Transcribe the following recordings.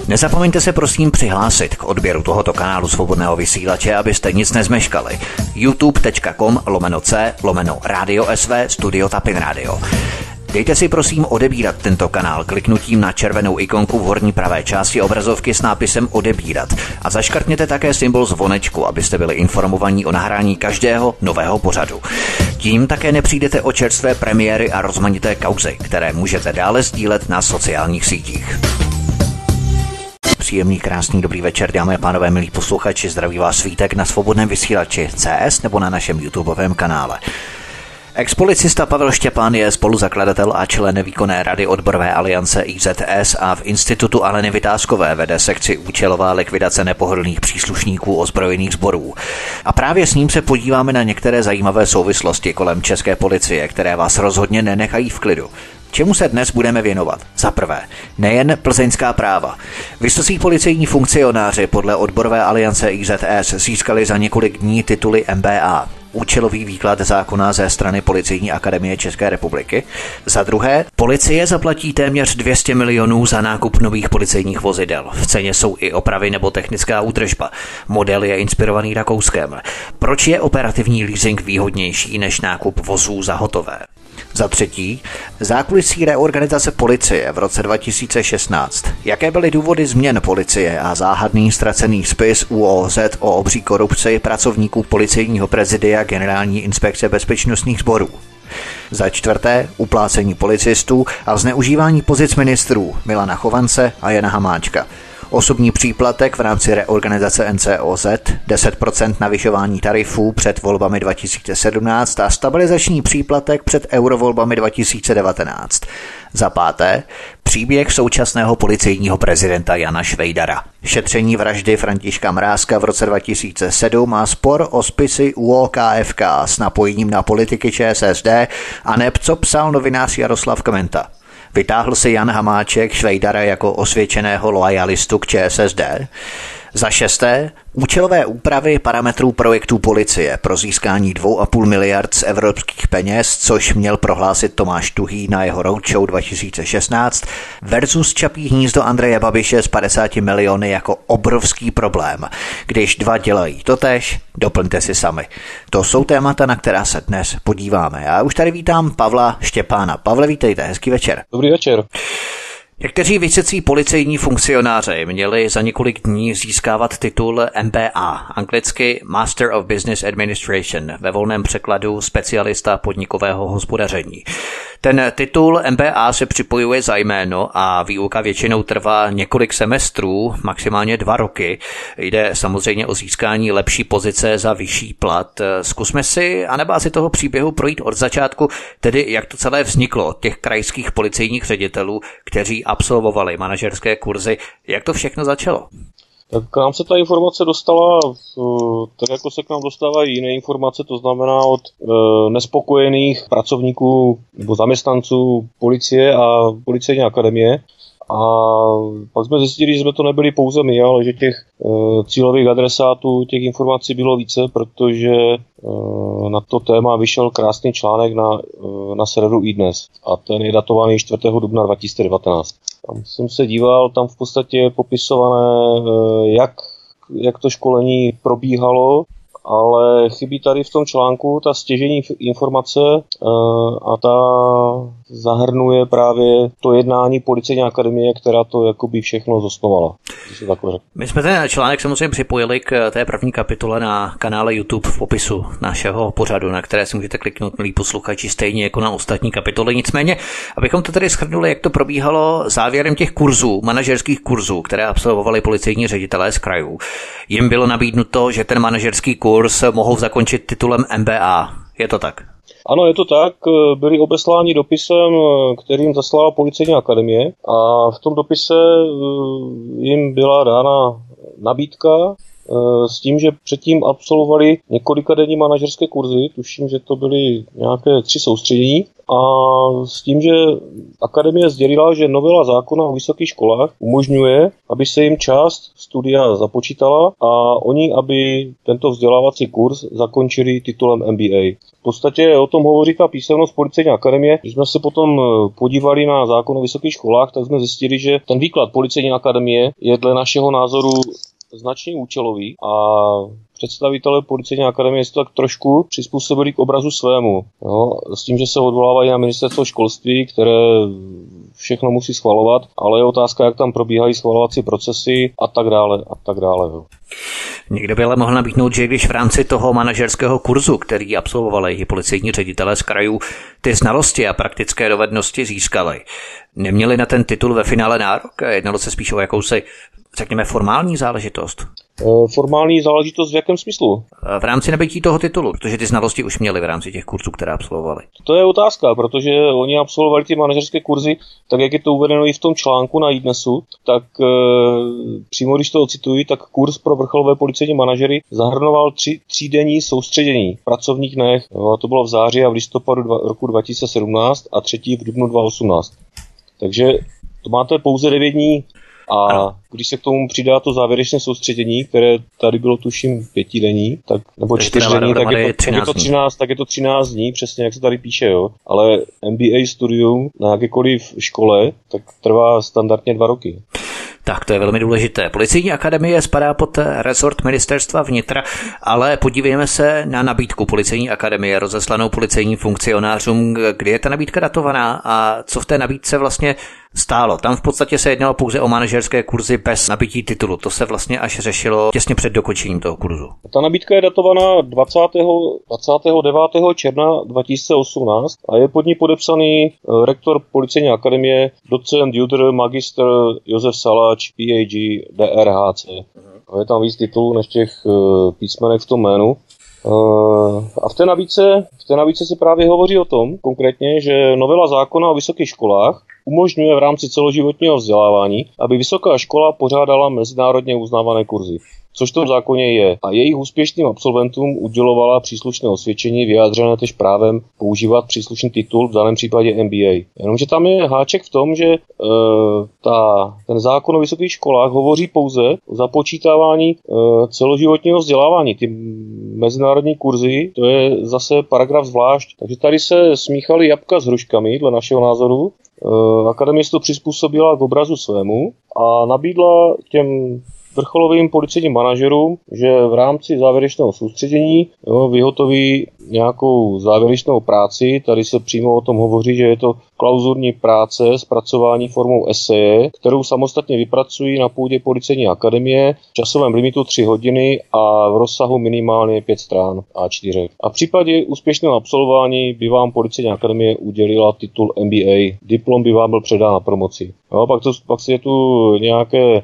Nezapomeňte se prosím přihlásit k odběru tohoto kanálu Svobodného vysílače, abyste nic nezmeškali. youtube.com/c/Radio SV Studio Tapin Radio. Dejte si prosím odebírat tento kanál kliknutím na červenou ikonku v horní pravé části obrazovky s nápisem odebírat a zaškrtněte také symbol zvonečku, abyste byli informovaní o nahrání každého nového pořadu. Tím také nepřijdete o čerstvé premiéry a rozmanité kauzy, které můžete dále sdílet na sociálních sítích. Příjemný, krásný, dobrý večer, dámy a pánové, milí posluchači, zdraví vás Vítek na Svobodném vysílači CS nebo na našem YouTubeovém kanále. Expolicista Pavel Štěpán je spoluzakladatel a člen výkonné rady odborové aliance IZS a v Institutu Aleny Vytázkové vede sekci účelová likvidace nepohodlných příslušníků ozbrojených sborů. A právě s ním se podíváme na některé zajímavé souvislosti kolem české policie, které vás rozhodně nenechají v klidu. Čemu se dnes budeme věnovat? Za prvé, nejen plzeňská práva. Vysocí policejní funkcionáři podle odborové aliance IZS získali za několik dní tituly MBA. Účelový výklad zákona ze strany Policejní akademie České republiky. Za druhé, policie zaplatí téměř 200 milionů za nákup nových policejních vozidel. V ceně jsou i opravy nebo technická údržba. Model je inspirovaný Rakouskem. Proč je operativní leasing výhodnější než nákup vozů za hotové? Za třetí, zákulisí reorganizace policie v roce 2016. Jaké byly důvody změn policie a záhadný ztracený spis ÚOZ o obří korupci pracovníků policejního prezidia Generální inspekce bezpečnostních sborů? Za čtvrté, uplácení policistů a zneužívání pozic ministrů Milana Chovance a Jana Hamáčka. Osobní příplatek v rámci reorganizace NCOZ, 10% navyšování tarifů před volbami 2017 a stabilizační příplatek před eurovolbami 2019. Za páté, příběh současného policejního prezidenta Jana Švejdara. Šetření vraždy Františka Mrázka v roce 2007 a spor o spisy ÚOKFK s napojením na politiky ČSSD a neb co psal novinář Jaroslav Kmenta. Vytáhl si Jan Hamáček Švejdara jako osvědčeného loajalistu k ČSSD. Za šesté, účelové úpravy parametrů projektů policie pro získání 2,5 miliard z evropských peněz, což měl prohlásit Tomáš Tuhý na jeho roadshow 2016, versus Čapí hnízdo Andreje Babiše s 50 miliony jako obrovský problém. Když dva dělají totéž, doplňte si sami. To jsou témata, na která se dnes podíváme. Já už tady vítám Pavla Štěpána. Pavle, vítejte, hezký večer. Dobrý večer. Někteří vysocí policejní funkcionáři měli za několik dní získávat titul MBA, anglicky Master of Business Administration, ve volném překladu specialista podnikového hospodaření. Ten titul MBA se připojuje za jméno a výuka většinou trvá několik semestrů, maximálně 2 roky. Jde samozřejmě o získání lepší pozice za vyšší plat. Zkusme si a na bázi toho příběhu projít od začátku, tedy jak to celé vzniklo od těch krajských policejních ředitelů, kteří absolvovali manažerské kurzy. Jak to všechno začalo? Tak k nám se ta informace dostala, tak jako se k nám dostávají jiné informace, to znamená od nespokojených pracovníků nebo zaměstnanců policie a policejní akademie. A pak jsme zjistili, že jsme to nebyli pouze my, ale že těch cílových adresátů, těch informací bylo více, protože na to téma vyšel krásný článek na serveru iDnes a ten je datovaný 4. dubna 2019. Tam jsem se díval, tam v podstatě je popisované, jak to školení probíhalo, ale chybí tady v tom článku ta stěžejní informace a ta zahrnuje právě to jednání policejní akademie, která to jakoby všechno zosnovala. My jsme ten článek samozřejmě připojili k té první kapitole na kanále YouTube v popisu našeho pořadu, na které si můžete kliknout, milí posluchači, stejně jako na ostatní kapitoly. Nicméně, abychom to tedy shrnuli, jak to probíhalo závěrem těch kurzů, manažerských kurzů, které absolvovali policejní ředitelé z krajů. Jim bylo nabídnuto, že ten manažerský kurz mohou zakončit titulem MBA. Je to tak? Ano, je to tak. Byli obesláni dopisem, kterým zaslala policejní akademie a v tom dopise jim byla dána nabídka s tím, že předtím absolvovali několika denní manažerské kurzy, tuším, že to byly nějaké 3 soustředění, a s tím, že akademie sdělila, že novela zákona o vysokých školách umožňuje, aby se jim část studia započítala a oni, aby tento vzdělávací kurz zakončili titulem MBA. V podstatě o tom hovoří ta písemnost Policejní akademie. Když jsme se potom podívali na zákon o vysokých školách, tak jsme zjistili, že ten výklad Policejní akademie je dle našeho názoru značně účelový a představitelé Policejní akademie se tak trošku přizpůsobili k obrazu svému. Jo, s tím, že se odvolávají na ministerstvo školství, které všechno musí schvalovat, ale je otázka, jak tam probíhají schvalovací procesy a tak dále a tak dále. Jo. Někdo by ale mohl nabídnout, že když v rámci toho manažerského kurzu, který absolvovali i policejní ředitelé z krajů, ty znalosti a praktické dovednosti získali, neměli na ten titul ve finále nárok? Jednalo se spíš o jakousi, řekněme, formální záležitost? Formální záležitost v jakém smyslu? V rámci nabytí toho titulu, protože ty znalosti už měli v rámci těch kurzů, které absolvovali. To je otázka, protože oni absolvovali ty manažerské kurzy, tak jak je to uvedeno i v tom článku na iDnesu, tak přímo když to ocituji, tak kurz pro vrcholové policejní manažery zahrnoval 3 třídenní soustředění v pracovních dnech. Jo, to bylo v září a v listopadu roku 2017 a 3. v dubnu 2018. Takže to máte pouze 9 dní. A když se k tomu přidá to závěrečné soustředění, které tady bylo tuším 5denní, tak, nebo 4denní, tak je to 13 dní, přesně jak se tady píše, jo. Ale MBA studium na jakékoliv škole, tak trvá standardně 2 roky. Tak to je velmi důležité. Policejní akademie spadá pod resort ministerstva vnitra, ale podívejme se na nabídku Policejní akademie rozeslanou policejním funkcionářům. Kdy je ta nabídka datovaná a co v té nabídce vlastně stálo? Tam v podstatě se jednalo pouze o manažerské kurzy bez nabití titulu. To se vlastně až řešilo těsně před dokončením toho kurzu. Ta nabídka je datovaná 29. června 2018 a je pod ní podepsaný rektor Policejní akademie, docent judr, magistr Josef Saláč, PhD, DRHC. Je tam víc titulů než těch písmenek v tom jménu. A v té nabídce se právě hovoří o tom konkrétně, že novela zákona o vysokých školách umožňuje v rámci celoživotního vzdělávání, aby vysoká škola pořádala mezinárodně uznávané kurzy, což v tom zákoně je. A jejich úspěšným absolventům udělovala příslušné osvědčení vyjádřené též právem používat příslušný titul, v daném případě MBA. Jenomže tam je háček v tom, že ten zákon o vysokých školách hovoří pouze o započítávání celoživotního vzdělávání. Ty mezinárodní kurzy, to je zase paragraf zvlášť. Takže tady se smíchaly jabka s hruškami, dle našeho názoru. Akademie to přizpůsobila k obrazu svému a nabídla těm vrcholovým policejním manažerům, že v rámci závěrečného soustředění vyhotoví nějakou závěrečnou práci. Tady se přímo o tom hovoří, že je to klauzurní práce zpracování formou eseje, kterou samostatně vypracují na půdě Policejní akademie v časovém limitu 3 hodiny a v rozsahu minimálně 5 strán A4. A v případě úspěšného absolvování by vám Policejní akademie udělila titul MBA. Diplom by vám byl předán na promoci. Pak je tu nějaké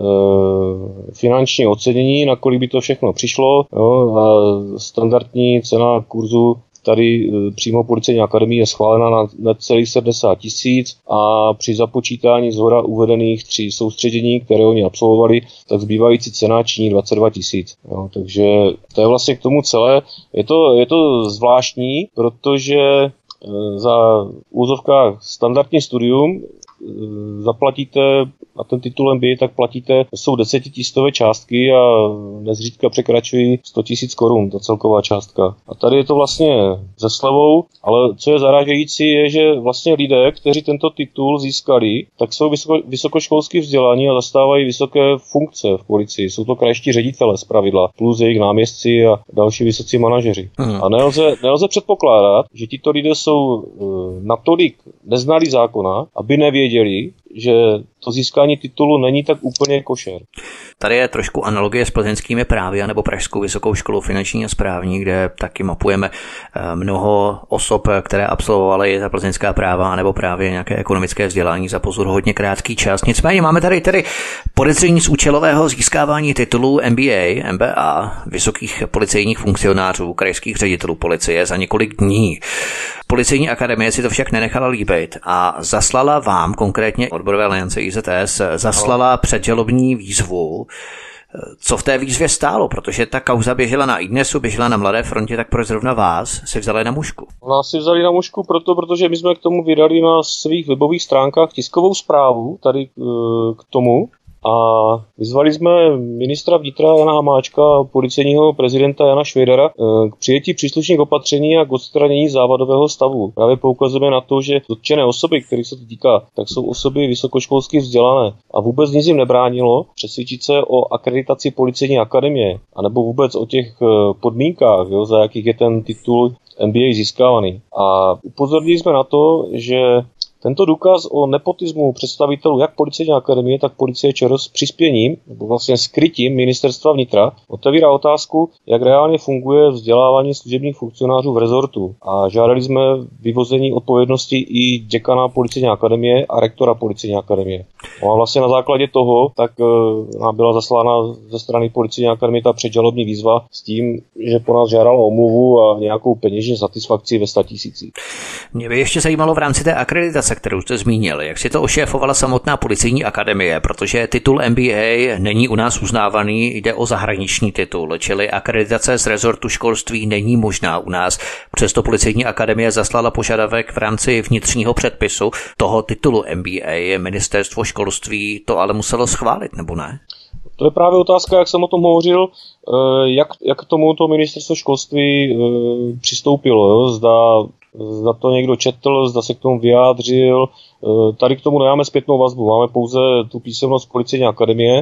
finanční ocenění, na kolik by to všechno přišlo. A standardní cena kurzu tady přímo Policejní akademii je schválena na necelých 70 000 a při započítání zhora uvedených 3 soustředění, které oni absolvovali, tak zbývající cena činí 22 000. Takže to je vlastně k tomu celé. Je to zvláštní, protože za úzovkách standardní studium zaplatíte na ten titul MBA, tak platíte, jsou 10 000 částky a nezřídka překračují 100 000 korun, ta celková částka. A tady je to vlastně se slevou, ale co je zarážející, je, že vlastně lidé, kteří tento titul získali, tak jsou vysokoškolsky vzdělaní a zastávají vysoké funkce v policii. Jsou to krajští ředitelé zpravidla, plus jejich náměstci a další vysocí manažeři. A nelze předpokládat, že tito lidé jsou natolik neznalí zákona, aby nevěděli, že to získání titulu není tak úplně košer. Tady je trošku analogie s plzeňskými právy nebo Pražskou vysokou školou finanční a správní, kde taky mapujeme mnoho osob, které absolvovaly za plzeňská práva nebo právě nějaké ekonomické vzdělání za pozor hodně krátký čas. Nicméně máme tady podezření z účelového získávání titulů MBA, MBA, vysokých policejních funkcionářů, krajských ředitelů policie za několik dní. Policejní akademie si to však nenechala líbit a zaslala vám, konkrétně Odborové aliance IZS, zaslala předžalobní výzvu Co v té výzvě stálo? Protože ta kauza běžela na iDnesu, běžela na Mladé frontě, tak proč zrovna vás si vzali na mušku? Nás si vzali na mušku protože my jsme k tomu vydali na svých webových stránkách tiskovou zprávu tady k tomu. A vyzvali jsme ministra vnitra Jana Hamáčka a policejního prezidenta Jana Švejdara k přijetí příslušných opatření a k odstranění závadového stavu. Právě poukazujeme na to, že dotčené osoby, kterých se to týká, tak jsou osoby vysokoškolsky vzdělané a vůbec nic jim nebránilo přesvědčit se o akreditaci policejní akademie anebo vůbec o těch podmínkách, za jakých je ten titul MBA získávaný. A upozornili jsme na to, že tento důkaz o nepotismu představitelů jak Policejní akademie, tak Policie ČR s přispěním, nebo vlastně skrytím Ministerstva vnitra, otevírá otázku, jak reálně funguje vzdělávání služebních funkcionářů v rezortu. A žádali jsme vyvození odpovědnosti i děkana Policejní akademie a rektora Policejní akademie. A vlastně na základě toho tak nám byla zaslána ze strany Policejní akademie ta předžalobní výzva s tím, že po nás žádala omluvu a nějakou peněžní satisfakci ve 100 000. Mě by ještě zajímalo v rámci té akreditace, kterou jste zmínil, jak si to ošéfovala samotná Policejní akademie, protože titul MBA není u nás uznávaný, jde o zahraniční titul, čili akreditace z rezortu školství není možná u nás. Přesto Policejní akademie zaslala požadavek v rámci vnitřního předpisu toho titulu MBA. Ministerstvo školství to ale muselo schválit, nebo ne? To je právě otázka, jak jsem o tom hovořil, jak k tomuto ministerstvo školství přistoupilo. Jo? Zda to někdo četl, zda se k tomu vyjádřil. Tady k tomu nemáme zpětnou vazbu, máme pouze tu písemnost Policejní akademie,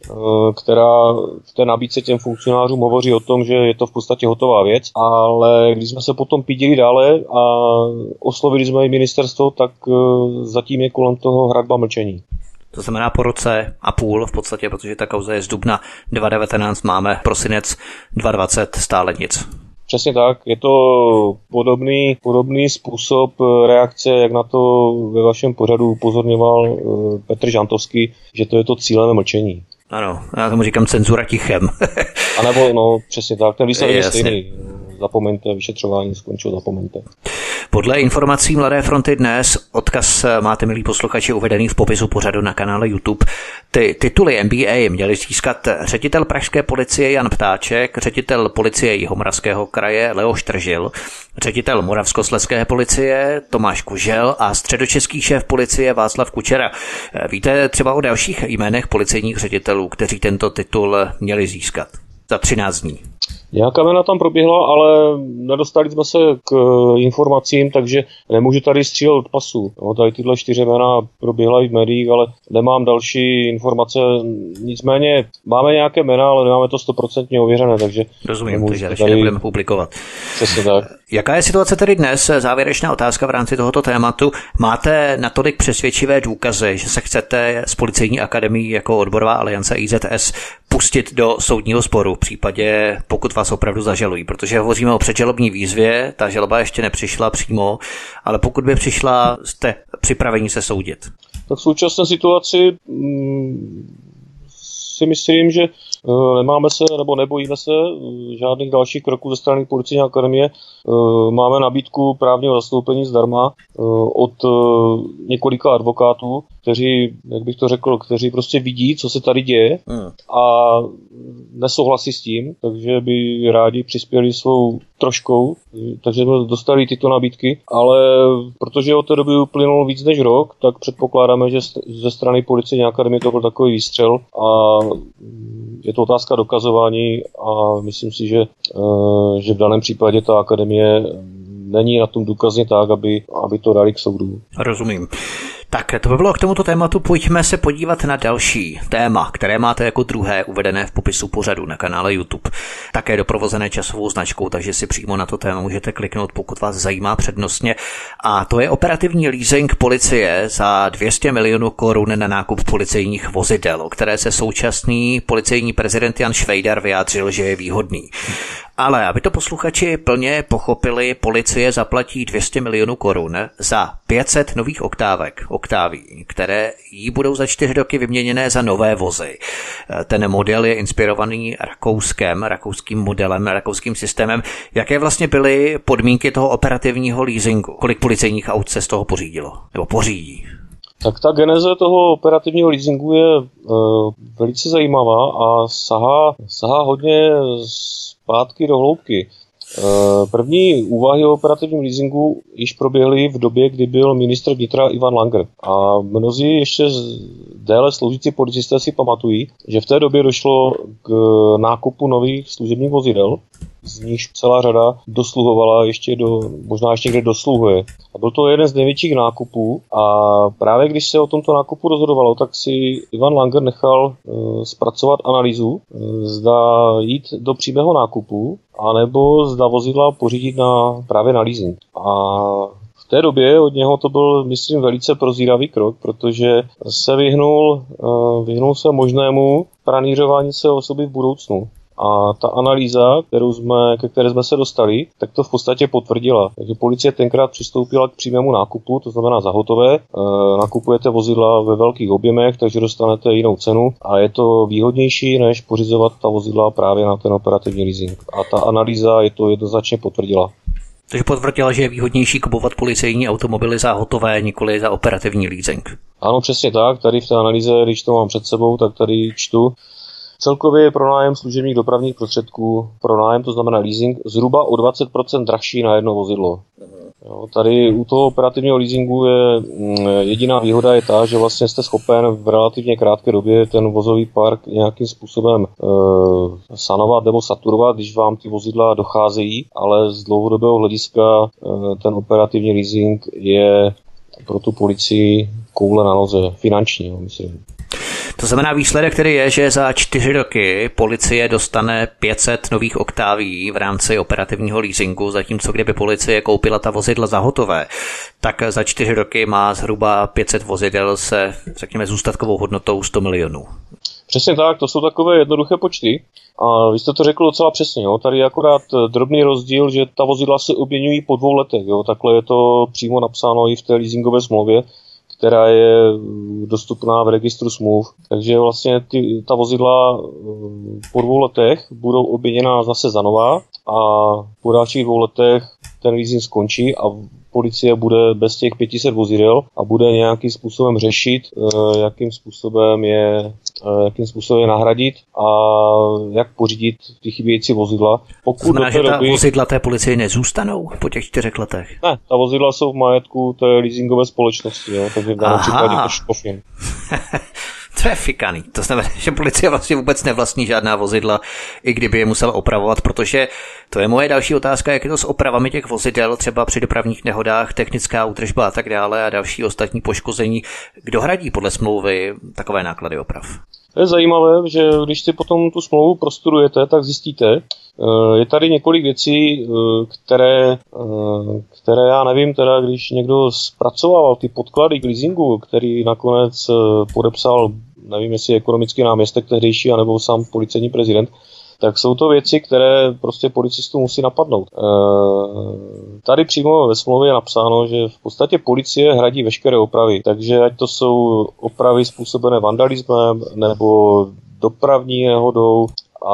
která v té nabídce těm funkcionářům hovoří o tom, že je to v podstatě hotová věc, ale když jsme se potom pídili dále a oslovili jsme i ministerstvo, tak zatím je kolem toho hradba mlčení. To znamená po roce a půl v podstatě, protože ta kauza je z dubna 2019, máme prosinec 2020, stále nic. Přesně tak, je to podobný způsob reakce, jak na to ve vašem pořadu upozorňoval Petr Žantovský, že to je to cílené mlčení. Ano, já tomu říkám cenzura tichem. A nebo, přesně tak, ten výsledek je stejný. Zapomeňte, vyšetřování skončilo, zapomeňte. Podle informací Mladé fronty dnes, odkaz máte, milí posluchači, uvedený v popisu pořadu na kanále YouTube. Ty tituly MBA měli získat ředitel pražské policie Jan Ptáček, ředitel policie Jihomoravského kraje Leoš Tržil, ředitel Moravskoslezské policie Tomáš Kužel a středočeský šéf policie Václav Kučera. Víte třeba o dalších jménech policejních ředitelů, kteří tento titul měli získat za 13 dní? Nějaká jména tam proběhla, ale nedostali jsme se k informacím, takže nemůžu tady střílet od pasu. No, tady tyhle 4 jména proběhla i v médiích, ale nemám další informace. Nicméně máme nějaké jména, ale nemáme to 100% ověřené, takže... Rozumím, takže ještě nebudeme publikovat. Přesně tak. Jaká je situace tedy dnes? Závěrečná otázka v rámci tohoto tématu. Máte natolik přesvědčivé důkazy, že se chcete z Policejní akademii jako odborová aliance IZS pustit do soudního sporu v případě, pokud vás opravdu zažalují, protože hovoříme o předžalobní výzvě, ta žaloba ještě nepřišla přímo, ale pokud by přišla, jste připraveni se soudit? Tak v současné situaci si myslím, že nemáme se nebo nebojíme se žádných dalších kroků ze strany Policejní akademie. Máme nabídku právního zastoupení zdarma od několika advokátů, kteří, jak bych to řekl, kteří prostě vidí, co se tady děje a nesouhlasí s tím, takže by rádi přispěli svou troškou, takže jsme dostali tyto nabídky, ale protože od té doby uplynul víc než rok, tak předpokládáme, že ze strany Policejní akademie to byl takový výstřel a je to otázka dokazování a myslím si, že v daném případě ta akademie není na tom důkazně tak, aby to dali k soudu. Rozumím. Tak to by bylo k tomuto tématu, pojďme se podívat na další téma, které máte jako druhé uvedené v popisu pořadu na kanále YouTube. Také doprovozené časovou značkou, takže si přímo na to téma můžete kliknout, pokud vás zajímá přednostně. A to je operativní leasing policie za 200 milionů korun na nákup policejních vozidel, o které se současný policejní prezident Jan Švejdar vyjádřil, že je výhodný. Ale aby to posluchači plně pochopili, policie zaplatí 200 milionů korun za 500 nových oktáví, které jí budou za 4 roky vyměněné za nové vozy. Ten model je inspirovaný rakouským modelem, rakouským systémem. Jaké vlastně byly podmínky toho operativního leasingu? Kolik policejních aut se z toho pořídilo? Nebo pořídí? Tak ta geneze toho operativního leasingu je velice zajímavá a sahá hodně zpátky do hloubky. První úvahy o operativním leasingu již proběhly v době, kdy byl ministr vnitra Ivan Langer. A mnozí ještě déle sloužící policisté si pamatují, že v té době došlo k nákupu nových služebních vozidel, z nichž celá řada dosluhovala možná ještě kde dosluhuje. A byl to jeden z největších nákupů a právě když se o tomto nákupu rozhodovalo, tak si Ivan Langer nechal zpracovat analýzu, zda jít do přímého nákupu, anebo zda vozidla pořídit právě na leasing. A v té době od něho to byl, myslím, velice prozíravý krok, protože se vyhnul se možnému pranířování se osoby v budoucnu. A ta analýza, ke které jsme se dostali, tak to v podstatě potvrdila. Takže policie tenkrát přistoupila k přímému nákupu, to znamená za hotové. Nakupujete vozidla ve velkých objemech, takže dostanete jinou cenu a je to výhodnější, než pořizovat ta vozidla právě na ten operativní leasing. A ta analýza je to jednoznačně potvrdila. Takže potvrdila, že je výhodnější kupovat policejní automobily za hotové, nikoli za operativní leasing. Ano, přesně tak. Tady v té analýze, když to mám před sebou, tak tady čtu. Celkově je pronájem služebních dopravních prostředků, pronájem, to znamená leasing, zhruba o 20% drahší na jedno vozidlo. Jo, tady u toho operativního leasingu je jediná výhoda je ta, že vlastně jste schopen v relativně krátké době ten vozový park nějakým způsobem sanovat nebo saturovat, když vám ty vozidla docházejí, ale z dlouhodobého hlediska ten operativní leasing je pro tu policii koule na noze, finančně, myslím. To znamená výsledek, který je, že za 4 roky policie dostane 500 nových oktáví v rámci operativního leasingu, zatímco kdyby policie koupila ta vozidla za hotové, tak za 4 roky má zhruba 500 vozidel se, řekněme, zůstatkovou hodnotou 100 milionů. Přesně tak, to jsou takové jednoduché počty. A vy jste to řekl docela přesně. Jo. Tady je akorát drobný rozdíl, že ta vozidla se obměňují po 2 letech. Jo. Takhle je to přímo napsáno i v té leasingové smlouvě, která je dostupná v registru smluv. Takže vlastně ta vozidla po 2 letech budou obměněná zase za nová a po dalších 2 letech ten leasing skončí a policie bude bez těch 500 vozidel a bude nějakým způsobem řešit, jakým způsobem je nahradit a jak pořídit ty chybějící vozidla. Pokud znamená, že ta vozidla té policie nezůstanou po těch 4 letech? Ne, ta vozidla jsou v majetku té leasingové společnosti, jo, takže v daném případě to škofím. To je fikaný. To znamená, že policie vlastně vůbec nevlastní žádná vozidla, i kdyby je musela opravovat, protože to je moje další otázka, jak je to s opravami těch vozidel, třeba při dopravních nehodách, technická údržba a tak dále a další ostatní poškození. Kdo hradí podle smlouvy takové náklady oprav? To je zajímavé, že když si potom tu smlouvu prostudujete, tak zjistíte, je tady několik věcí, které já nevím, teda když někdo zpracovával ty podklady k leasingu, který nakonec podepsal, nevím, jestli ekonomický náměstek tehdejší, anebo sám policejní prezident, tak jsou to věci, které prostě policistu musí napadnout. Tady přímo ve smlouvě je napsáno, že v podstatě policie hradí veškeré opravy, takže ať to jsou opravy způsobené vandalismem nebo dopravní nehodou,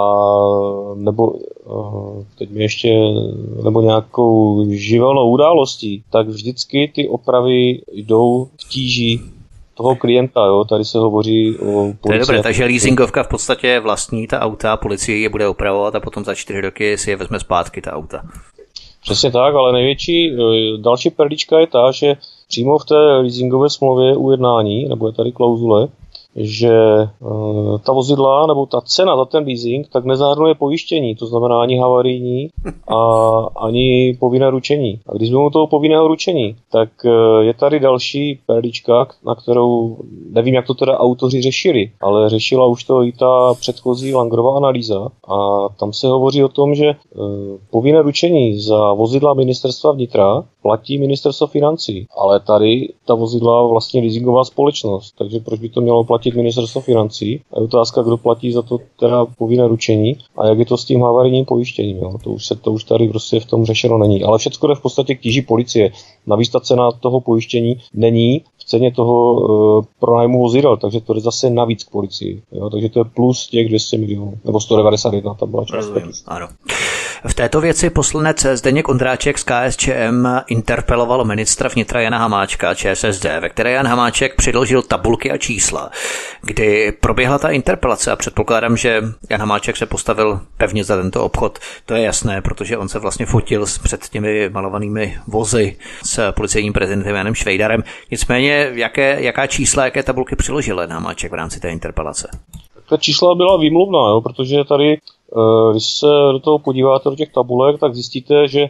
nebo nějakou živelnou událostí, tak vždycky ty opravy jdou v tíži toho klienta, jo, tady se hovoří o policii. To je dobré, takže leasingovka v podstatě vlastní ta auta, policie je bude opravovat a potom za 4 roky si je vezme zpátky ta auta. Přesně tak, ale další perlička je ta, že přímo v té leasingové smlouvě ujednání, nebo je tady klauzule, že ta vozidla nebo ta cena za ten leasing tak nezahrnuje pojištění, to znamená ani havarijní a ani povinné ručení. A když mluvím toho povinného ručení, tak je tady další perlička, na kterou nevím, jak to teda autoři řešili, ale řešila už to i ta předchozí Langerová analýza a tam se hovoří o tom, že povinné ručení za vozidla ministerstva vnitra platí ministerstvo financí, ale tady ta vozidla vlastně leasingová společnost, takže proč by to mělo platit ministerstvo financí? A je otázka, kdo platí za to teda povinné ručení a jak je to s tím havarijním pojištěním. Jo? To už tady prostě v tom řešeno není. Ale všechno jde v podstatě k tíži policie. Navíc ta cena toho pojištění není v ceně toho pronájmu vozidel, takže to jde zase navíc k policii. Jo? Takže to je plus těch 200 milionů, nebo 191, tam byla část. Ano. V této věci poslanec Zdeněk Ondráček z KSČM interpeloval ministra vnitra Jana Hamáčka ČSSD, ve které Jan Hamáček předložil tabulky a čísla, kdy proběhla ta interpelace a předpokládám, že Jan Hamáček se postavil pevně za tento obchod. To je jasné, protože on se vlastně fotil před těmi malovanými vozy s policejním prezidentem Janem Švejdarem. Nicméně, jaká čísla, jaké tabulky přiložil Jan Hamáček v rámci té interpelace? Ta čísla byla výmluvná, jo, protože tady, když se do toho podíváte do těch tabulek, tak zjistíte, že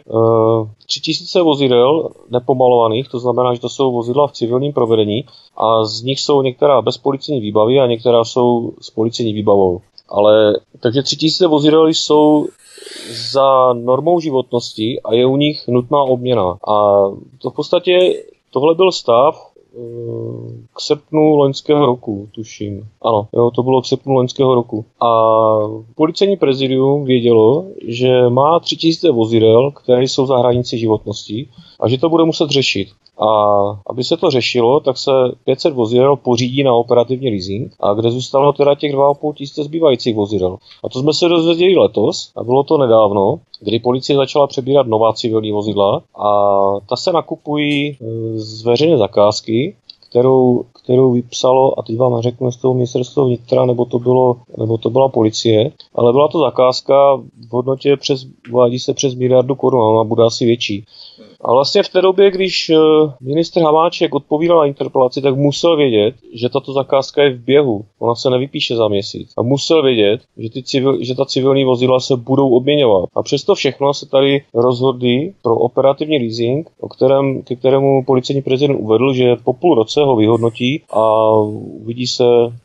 3000 vozidel nepomalovaných, to znamená, že to jsou vozidla v civilním provedení a z nich jsou některá bez policejní výbavy a některá jsou s policejní výbavou. Takže 3000 vozidel jsou za normou životnosti a je u nich nutná obměna. A to v podstatě tohle byl stav k srpnu loňského roku, tuším. Ano, jo, to bylo k srpnu loňského roku. A policejní prezidium vědělo, že má 3000 vozidel, které jsou za hranici životnosti a že to bude muset řešit. A aby se to řešilo, tak se 500 vozidel pořídí na operativní leasing, a kde zůstalo teda těch 2500 zbývajících vozidel. A to jsme se dozvěděli letos, a bylo to nedávno, kdy policie začala přebírat nová civilní vozidla a ta se nakupují z veřejné zakázky, kterou vypsalo, a teď vám řeknu, jestli to ministerstvo vnitra, nebo to byla policie, ale byla to zakázka v hodnotě uvádí se přes 1 miliardu korun, ona bude asi větší. A vlastně v té době, když ministr Hamáček odpovídal na interpelaci, tak musel vědět, že tato zakázka je v běhu. Ona se nevypíše za měsíc. A musel vědět, že ta civilní vozidla se budou obměňovat. A přesto všechno se tady rozhodli pro operativní leasing, ke kterému policejní prezident uvedl, že po půl roce ho vyhodnotí a uvidí se,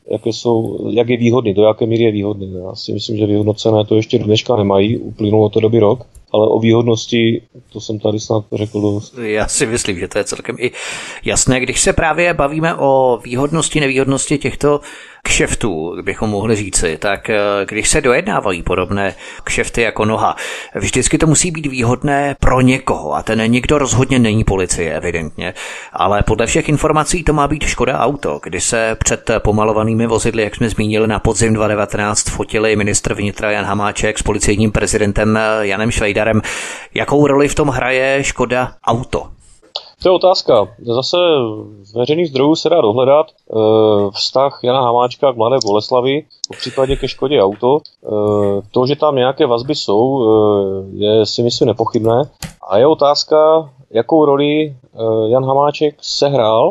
jak je výhodný, do jaké míry je výhodný. Já si myslím, že vyhodnocené to ještě do dneška nemají, uplynulo to doby rok. Ale o výhodnosti, to jsem tady snad řekl dost. Já si myslím, že to je celkem i jasné. Když se právě bavíme o výhodnosti, nevýhodnosti těchto kšeftů, bychom mohli říci, tak když se dojednávají podobné kšefty jako Noha, vždycky to musí být výhodné pro někoho a ten někdo rozhodně není policie, evidentně, ale podle všech informací to má být Škoda Auto, kdy se před pomalovanými vozidly, jak jsme zmínili, na podzim 2019 fotili ministr vnitra Jan Hamáček s policejním prezidentem Janem Švejdarem. Jakou roli v tom hraje Škoda Auto? To je otázka. Zase z veřejných zdrojů se dá dohledat vztah Jana Hamáčka k Mladé Boleslavi, v případě ke Škodě Auto. To, že tam nějaké vazby jsou, je si myslím nepochybné. A je otázka, jakou roli Jan Hamáček sehrál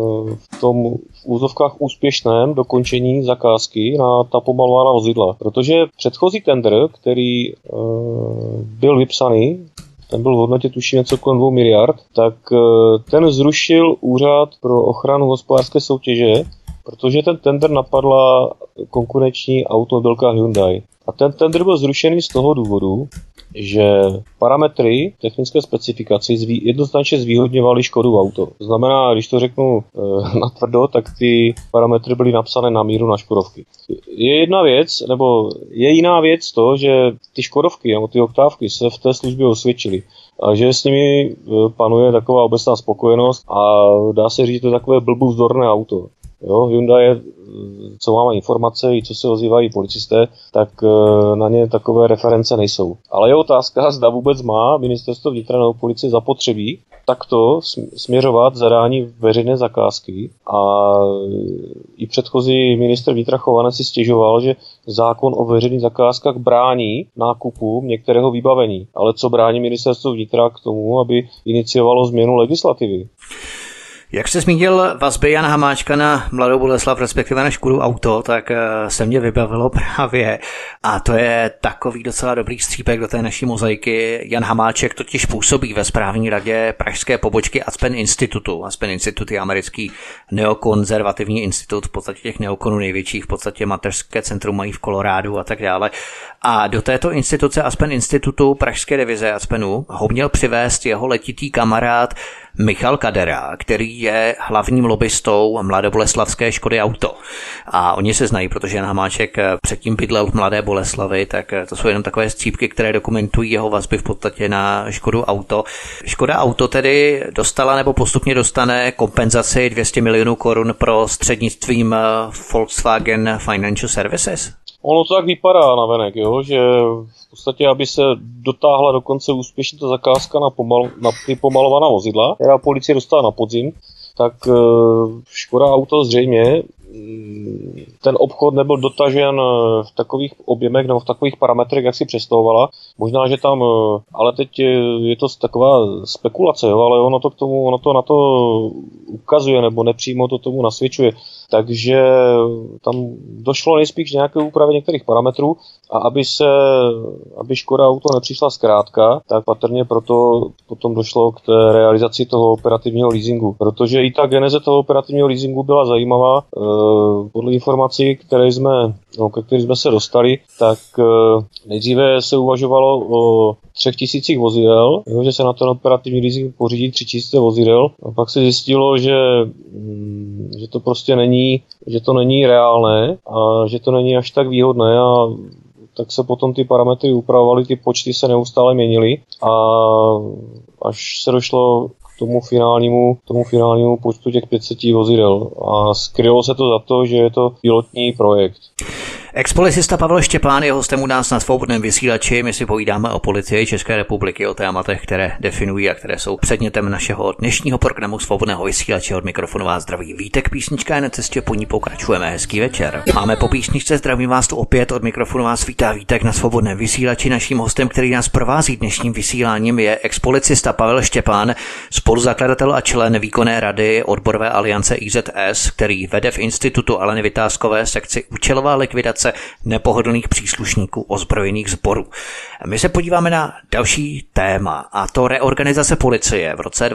v tom v úzovkách úspěšném dokončení zakázky na ta pomalovaná vozidla. Protože předchozí tendr, který byl vypsaný, ten byl v hodnotě tuším něco kolem 2 miliard, tak ten zrušil Úřad pro ochranu hospodářské soutěže, protože ten tender napadla konkurenční automobilka Hyundai. A ten tender byl zrušený z toho důvodu, že parametry technické specifikace jednoznačně zvýhodňovaly Škodu Auto. To znamená, když to řeknu natvrdo, tak ty parametry byly napsané na míru na Škodovky. Je jiná věc to, že ty Škodovky nebo ty Oktávky se v té službě osvědčily. A že s nimi panuje taková obecná spokojenost a dá se říct, že to je takové blbůvzdorné auto. Jo, Hyundai je, co máme informace i co se ozývají policisté, tak na ně takové reference nejsou. Ale je otázka, zda vůbec má ministerstvo vnitra nebo policie zapotřebí takto směřovat zadání veřejné zakázky. A i předchozí ministr vnitra Chovanec si stěžoval, že zákon o veřejných zakázkách brání nákupům některého vybavení. Ale co brání ministerstvo vnitra k tomu, aby iniciovalo změnu legislativy? Jak jste zmínil vazby Jana Hamáčka na Mladou Boleslav, respektive na Škodu Auto, tak se mě vybavilo právě, a to je takový docela dobrý střípek do té naší mozaiky. Jan Hamáček totiž působí ve správní radě pražské pobočky Aspen Institutu. Aspen Institut je americký neokonzervativní institut, v podstatě těch neokonů největších, v podstatě mateřské centrum mají v Kolorádu a tak dále. A do této instituce Aspen Institutu pražské divize Aspenu ho měl přivést jeho letitý kamarád Michal Kadera, který je hlavním lobbystou mladoboleslavské Škody Auto. A oni se znají, protože Jan Hamáček předtím bydlel v Mladé Boleslavi, tak to jsou jenom takové střípky, které dokumentují jeho vazby v podstatě na Škodu Auto. Škoda Auto tedy dostala nebo postupně dostane kompenzaci 200 milionů korun pro střednictvím Volkswagen Financial Services? Ono to tak vypadá navenek, jo, že v podstatě, aby se dotáhla do konce úspěšně ta zakázka na ty pomalovaná vozidla, která policie dostala na podzim, tak Škoda Auto zřejmě ten obchod nebyl dotažen v takových objemech nebo v takových parametrech, jak si představovala. Možná, že tam, ale teď je to taková spekulace, jo, ale ono to na to ukazuje, nebo nepřímo to tomu nasvědčuje. Takže tam došlo nejspíš nějaké úpravy některých parametrů a aby Škoda Auto nepřišla zkrátka, tak patrně proto potom došlo k té realizaci toho operativního leasingu. Protože i ta geneze toho operativního leasingu byla zajímavá. Podle informací, ke kterým jsme se dostali, tak nejdříve se uvažovalo o 3000 vozidel, že se na ten operativní leasing pořídí 3000 vozidel. A pak se zjistilo, že to prostě není reálné a že to není až tak výhodné a tak se potom ty parametry upravovaly, ty počty se neustále měnily a až se došlo k tomu finálnímu počtu těch 500 vozidel a skrylo se to za to, že je to pilotní projekt. Expolicista Pavel Štěpán je hostem u nás na Svobodném vysílači. My si povídáme o policii České republiky, o tématech, které definují a které jsou předmětem našeho dnešního programu Svobodného vysílače. Od mikrofonu vás zdraví Vítek, písnička je na cestě, po ní pokračujeme. Hezký večer. Máme po písničce, zdravím vás tu opět, od mikrofonu vás vítá Vítek na Svobodném vysílači. Naším hostem, který nás provází dnešním vysíláním, je expolicista Pavel Štěpán, spoluzakladatel a člen výkonné rady odborové aliance IZS, který vede v institutu Aleny Vytázkové sekci účelová likvidace nepohodlných příslušníků ozbrojených sborů. My se podíváme na další téma, a to reorganizace policie v roce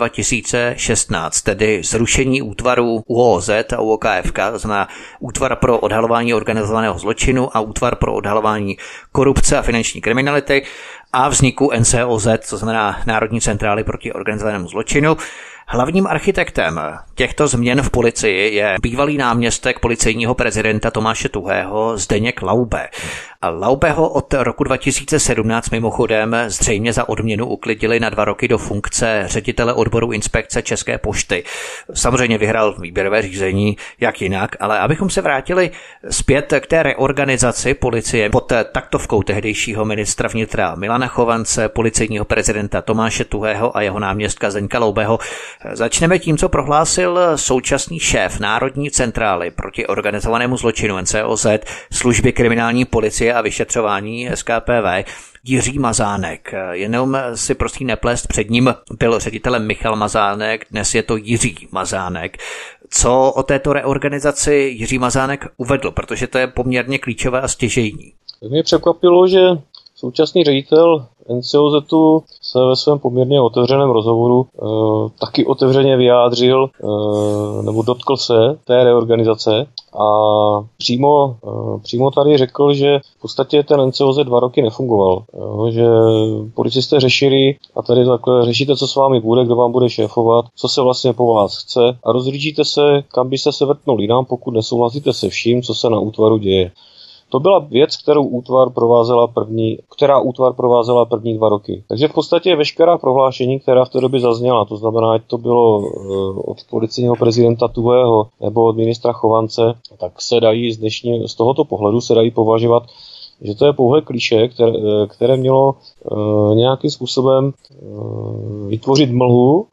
2016, tedy zrušení útvarů ÚOOZ a ÚOKFK, to znamená Útvar pro odhalování organizovaného zločinu a Útvar pro odhalování korupce a finanční kriminality, a vzniku NCOZ, to znamená Národní centrály proti organizovanému zločinu. Hlavním architektem těchto změn v policii je bývalý náměstek policejního prezidenta Tomáše Tuhého Zdeněk Laube. A Laubeho od roku 2017 mimochodem zřejmě za odměnu uklidili na 2 roky do funkce ředitele odboru inspekce České pošty. Samozřejmě vyhrál výběrové řízení, jak jinak, ale abychom se vrátili zpět k té reorganizaci policie pod taktovkou tehdejšího ministra vnitra Milana Chovance, policejního prezidenta Tomáše Tuhého a jeho náměstka Zdeňka Laubeho, začneme tím, co prohlásil současný šéf Národní centrály proti organizovanému zločinu NCOZ, služby kriminální policie a vyšetřování SKPV, Jiří Mazánek. Jenom si prosím neplést, před ním byl ředitelem Michal Mazánek, dnes je to Jiří Mazánek. Co o této reorganizaci Jiří Mazánek uvedl, protože to je poměrně klíčové a stěžejní. Mě překvapilo, že současný ředitel NCOZu se ve svém poměrně otevřeném rozhovoru taky otevřeně vyjádřil nebo dotkl se té reorganizace a přímo tady řekl, že v podstatě ten NCOZ 2 roky nefungoval. Že policisté řešili a tady takhle řešíte, co s vámi bude, kdo vám bude šéfovat, co se vlastně po vás chce a rozhlížíte se, kam byste se vrtnul jinam, pokud nesouhlasíte se vším, co se na útvaru děje. To byla věc, která útvar provázela první 2 roky. Takže v podstatě veškerá prohlášení, která v té době zazněla, to znamená, ať to bylo od policejního prezidenta Tuhého nebo od ministra Chovance, tak se dají z tohoto pohledu se dají považovat, že to je pouhé klišé, které mělo nějakým způsobem vytvořit mlhu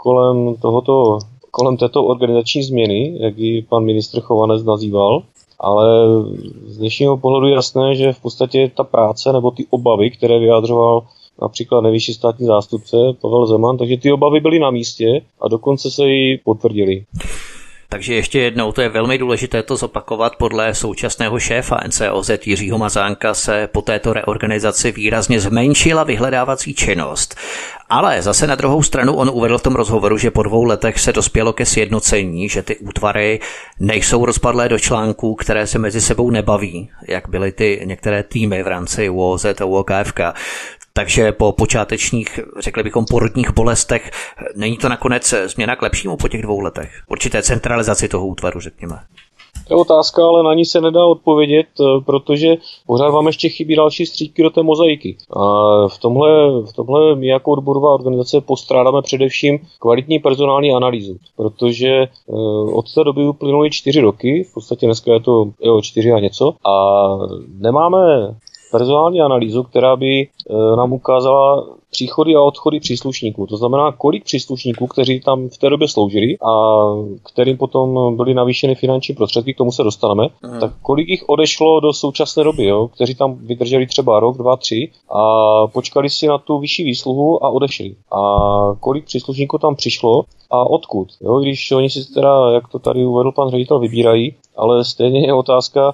kolem této organizační změny, jak ji pan ministr Chovanec nazýval. Ale z dnešního pohledu je jasné, že v podstatě ta práce nebo ty obavy, které vyjádřoval například nejvyšší státní zástupce Pavel Zeman, takže ty obavy byly na místě a dokonce se i potvrdily. Takže ještě jednou, to je velmi důležité to zopakovat, podle současného šéfa NCOZ Jiřího Mazánka se po této reorganizaci výrazně zmenšila vyhledávací činnost. Ale zase na druhou stranu on uvedl v tom rozhovoru, že po 2 letech se dospělo ke sjednocení, že ty útvary nejsou rozpadlé do článků, které se mezi sebou nebaví, jak byly ty některé týmy v rámci ÚOOZ a ÚOKFK. Takže po počátečních, řekli bychom, porodních bolestech, není to nakonec změna k lepšímu po těch 2 letech? Určité centralizaci toho útvaru, řekněme. To je otázka, ale na ní se nedá odpovědět, protože pořád vám ještě chybí další střípky do té mozaiky. A v tomhle my jako odborová organizace postrádáme především kvalitní personální analýzu, protože od té doby uplynuly 4 roky, v podstatě dneska je to 4 a něco, a nemáme personální analýzu, která by nám ukázala příchody a odchody příslušníků. To znamená, kolik příslušníků, kteří tam v té době sloužili a kterým potom byly navýšeny finanční prostředky, k tomu se dostaneme, tak kolik jich odešlo do současné doby, kteří tam vydrželi třeba rok, 2, 3 a počkali si na tu vyšší výsluhu a odešli. A kolik příslušníků tam přišlo a odkud. Když oni si teda, jak to tady uvedl pan ředitel, vybírají, ale stejně je otázka,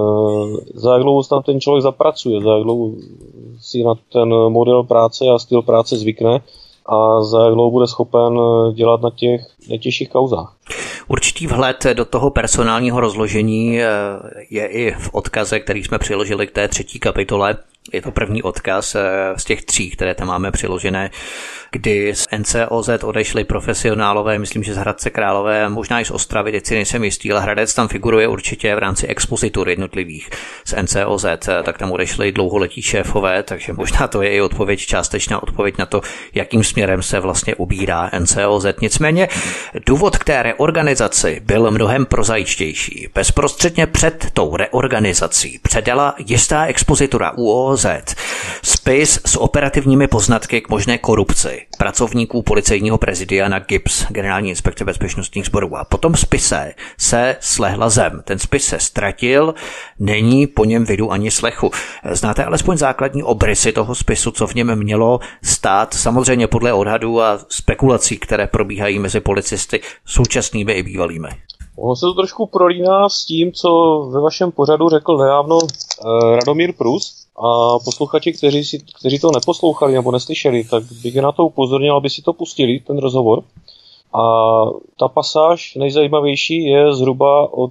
za jak dlouho tam ten člověk zapracuje, za jak dlouho si na ten model práce a styl práce zvykne a za jak dlouho bude schopen dělat na těch nejtěžších kauzách. Určitý vhled do toho personálního rozložení je i v odkaze, který jsme přiložili k té 3. kapitole. Je to první odkaz z těch 3, které tam máme přiložené, kdy z NCOZ odešli profesionálové, myslím, že z Hradce Králové, možná i z Ostravy, teď si nejsem jistý, ale Hradec tam figuruje určitě v rámci expozitur jednotlivých z NCOZ, tak tam odešli dlouholetí šéfové, takže možná to je i odpověď, částečná odpověď na to, jakým směrem se vlastně ubírá NCOZ. Nicméně důvod k té reorganizaci byl mnohem prozaičtější. Bezprostředně před tou reorganizací předala jistá expozitura ÚOOZ spis s operativními poznatky k možné korupci pracovníků policejního prezidia na GIBS, Generální inspekce bezpečnostních sborů. A po tom spise se slehla zem. Ten spis se ztratil, není po něm vidu ani slechu. Znáte alespoň základní obrysy toho spisu, co v něm mělo stát, samozřejmě podle odhadů a spekulací, které probíhají mezi policisty současnými i bývalými? Ono se to trošku prolíná s tím, co ve vašem pořadu řekl nedávno Radomír Prus. A posluchači, kteří to neposlouchali nebo neslyšeli, tak bych je na to upozornil, aby si to pustili, ten rozhovor. A ta pasáž nejzajímavější je zhruba od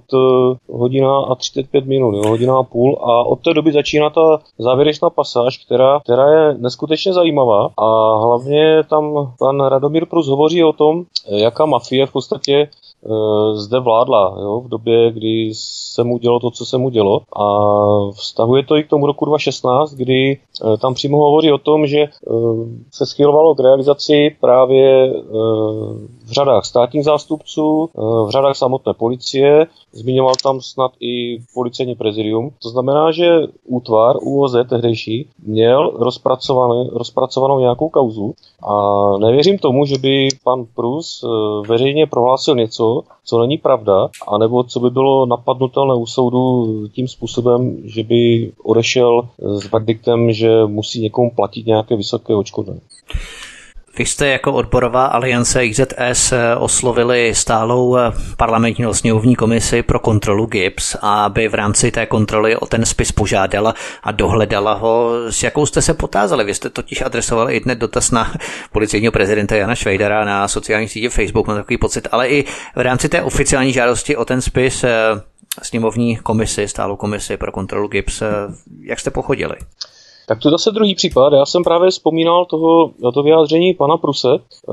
1:35, hodina a půl, a od té doby začíná ta závěrečná pasáž, která je neskutečně zajímavá, a hlavně tam pan Radomír Prus hovoří o tom, jaká mafie v podstatě zde vládla v době, kdy se mu dělo to, co se mu dělo, a vztahuje to i k tomu roku 2016, kdy tam přímo hovoří o tom, že se schylovalo k realizaci právě v řadách státních zástupců, v řadách samotné policie, zmiňoval tam snad i policejní prezidium. To znamená, že útvar ÚOZ tehdejší měl rozpracovanou nějakou kauzu, a nevěřím tomu, že by pan Prus veřejně prohlásil něco, co není pravda, anebo co by bylo napadnutelné u soudu tím způsobem, že by odešel s verdiktem, že musí někomu platit nějaké vysoké odškodné. Vy jste jako odborová aliance IZS oslovili stálou parlamentní sněmovní komisi pro kontrolu GIBS, aby v rámci té kontroly o ten spis požádala a dohledala ho. S jakou jste se potázali? Vy jste totiž adresovali i hned dotaz na policejního prezidenta Jana Švejdara na sociální sítě Facebook, mám takový pocit, ale i v rámci té oficiální žádosti o ten spis sněmovní komisi, stálou komisi pro kontrolu GIBS. Jak jste pochodili? Tak to je zase druhý případ. Já jsem právě vzpomínal to vyjádření pana Pruse,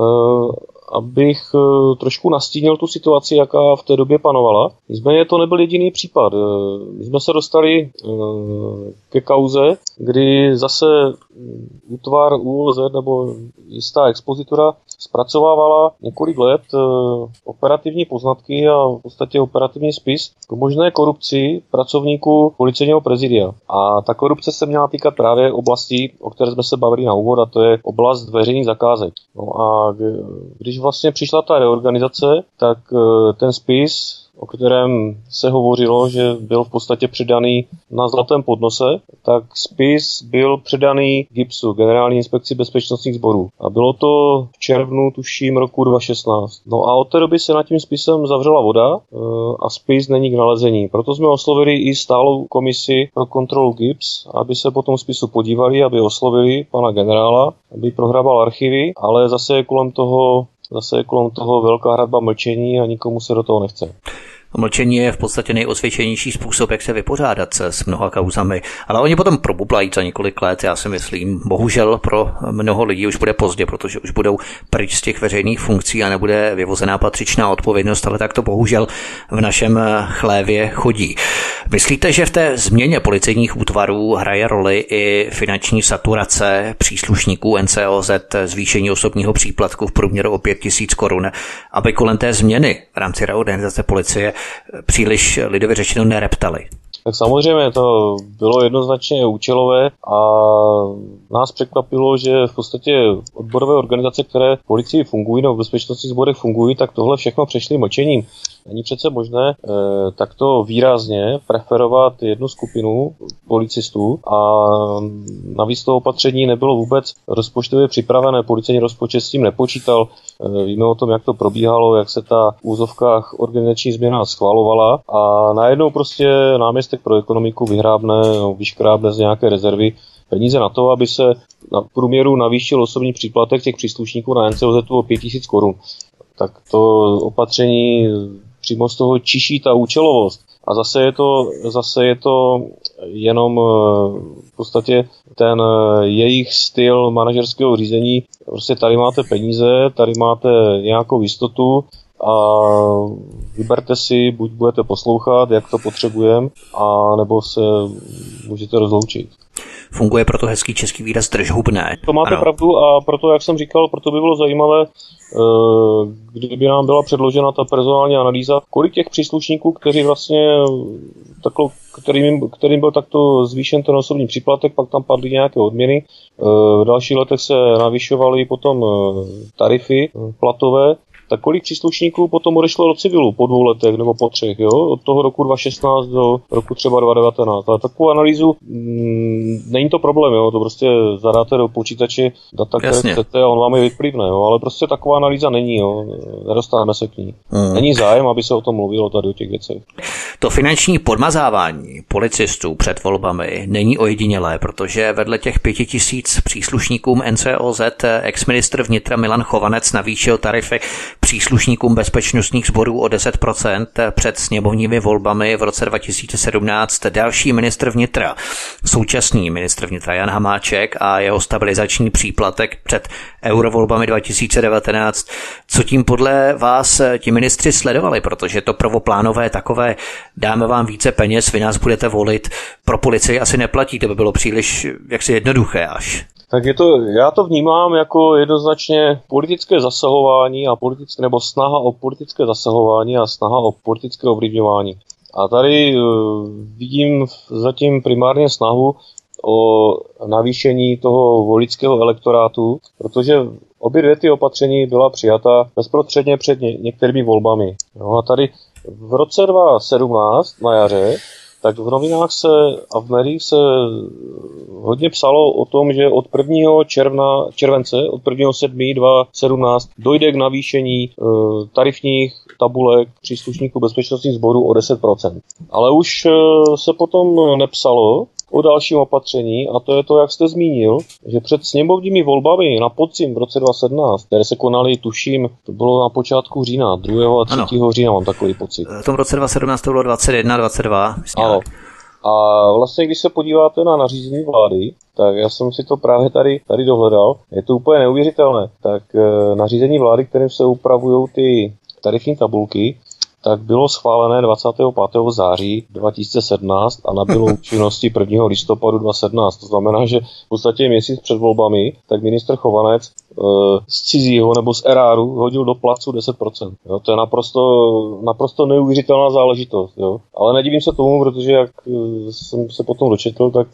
abych trošku nastínil tu situaci, jaká v té době panovala. Nicméně to nebyl jediný případ. My jsme se dostali ke kauze, kdy zase útvar ÚOZ nebo jistá expozitura zpracovávala několik let operativní poznatky a v podstatě operativní spis k možné korupci pracovníků policejního prezidia. A ta korupce se měla týkat právě oblasti, o které jsme se bavili na úvod, a to je oblast veřejných zakázek. No a když vlastně přišla ta reorganizace, tak ten spis, o kterém se hovořilo, že byl v podstatě předaný na zlatém podnose, tak spis byl předaný GIBSu, Generální inspekci bezpečnostních sborů. A bylo to v červnu, tuším, roku 2016. No a od té doby se nad tím spisem zavřela voda a spis není k nalezení. Proto jsme oslovili i stálou komisi pro kontrolu GIBS, aby se po tom spisu podívali, aby oslovili pana generála, aby prohrabal archivy, ale zase je kolem toho velká hradba mlčení a nikomu se do toho nechce. Mlčení je v podstatě nejosvědčenější způsob, jak se vypořádat se s mnoha kauzami, ale oni potom probublají za několik let, já si myslím. Bohužel pro mnoho lidí už bude pozdě, protože už budou pryč z těch veřejných funkcí a nebude vyvozená patřičná odpovědnost, ale tak to bohužel v našem chlévě chodí. Myslíte, že v té změně policejních útvarů hraje roli i finanční saturace příslušníků NCOZ, zvýšení osobního příplatku v průměru o 5 000 korun, aby kolem té změny v rámci reorganizace policie příliš lidově řečeno nereptali? Tak samozřejmě to bylo jednoznačně účelové a nás překvapilo, že v podstatě odborové organizace, které v policii fungují nebo v bezpečnostních sborech fungují, tak tohle všechno přešli mlčením. Není přece možné takto výrazně preferovat jednu skupinu policistů a navíc to opatření nebylo vůbec rozpočtově připravené, policejní rozpočet s tím nepočítal. Víme o tom, jak to probíhalo, jak se ta v úzovkách organizační změna schvalovala a najednou prostě náměstek pro ekonomiku vyškrábne z nějaké rezervy peníze na to, aby se na průměru navýšil osobní příplatek těch příslušníků na NCOZ o 5 000 korun. Tak to opatření přímo z toho čiší ta účelovost. A zase je to jenom v podstatě ten jejich styl manažerského řízení. Prostě tady máte peníze, tady máte nějakou jistotu a vyberte si, buď budete poslouchat, jak to potřebujeme, a nebo se můžete rozloučit. Funguje proto hezký český výraz držhubné. To máte pravdu a proto, jak jsem říkal, proto by bylo zajímavé, kdyby nám byla předložena ta personální analýza, kolik těch příslušníků, kteří vlastně kterým byl takto zvýšen ten osobní příplatek, pak tam padly nějaké odměny. V dalších letech se navyšovaly potom tarify platové. Tak kolik příslušníků potom odešlo do civilu po 2 letech nebo po 3, jo? Od toho roku 2016 do roku třeba 2019. Ale takovou analýzu není to problém, jo? To prostě zadáte do počítače data, které chcete a on vám je vyplivne, jo? Ale prostě taková analýza není, jo? Nedostaneme se k ní. Není zájem, aby se o tom mluvilo tady o těch věcech. To finanční podmazávání policistů před volbami není ojedinělé, protože vedle těch 5 000 příslušníkům NCOZ exministr vnitra Milan Chovanec navýšil tarify příslušníkům bezpečnostních sborů o 10% před sněmovními volbami v roce 2017. Další ministr vnitra, současný ministr vnitra Jan Hamáček a jeho stabilizační příplatek před eurovolbami 2019. Co tím podle vás ti ministři sledovali? Protože to prvoplánové takové dáme vám více peněz, vy nás budete volit, pro policii asi neplatí, to by bylo příliš jaksi jednoduché až. Tak já to vnímám jako jednoznačně politické zasahování a snaha o politické zasahování a snaha o politické ovlivňování. A tady vidím zatím primárně snahu o navýšení toho voličského elektorátu, protože obě dvě ty opatření byla přijata bezprostředně před některými volbami. No a tady v roce 2017 na jaře tak v novinách a v médiích se hodně psalo o tom, že od 1. července, od 1.7. 2017 dojde k navýšení tarifních tabulek příslušníků bezpečnostních sborů o 10%. Ale už se potom nepsalo o dalším opatření a to je to, jak jste zmínil, že před sněmovními volbami na podzim v roce 2017, které se konaly, tuším, to bylo na počátku října, 2. a 3. října, mám takový pocit. V tom roce 2017 to bylo 21, 22. Ano. A vlastně, když se podíváte na nařízení vlády, tak já jsem si to právě tady dohledal, je to úplně neuvěřitelné. Tak nařízení vlády, kterým se upravují ty tarifní tabulky, tak bylo schválené 25. září 2017 a nabylo účinnosti 1. listopadu 2017. To znamená, že v podstatě měsíc před volbami tak ministr Chovanec z cizího nebo z eráru hodil do placu 10%. Jo, to je naprosto neuvěřitelná záležitost. Jo. Ale nedivím se tomu, protože jak jsem se potom dočetl, tak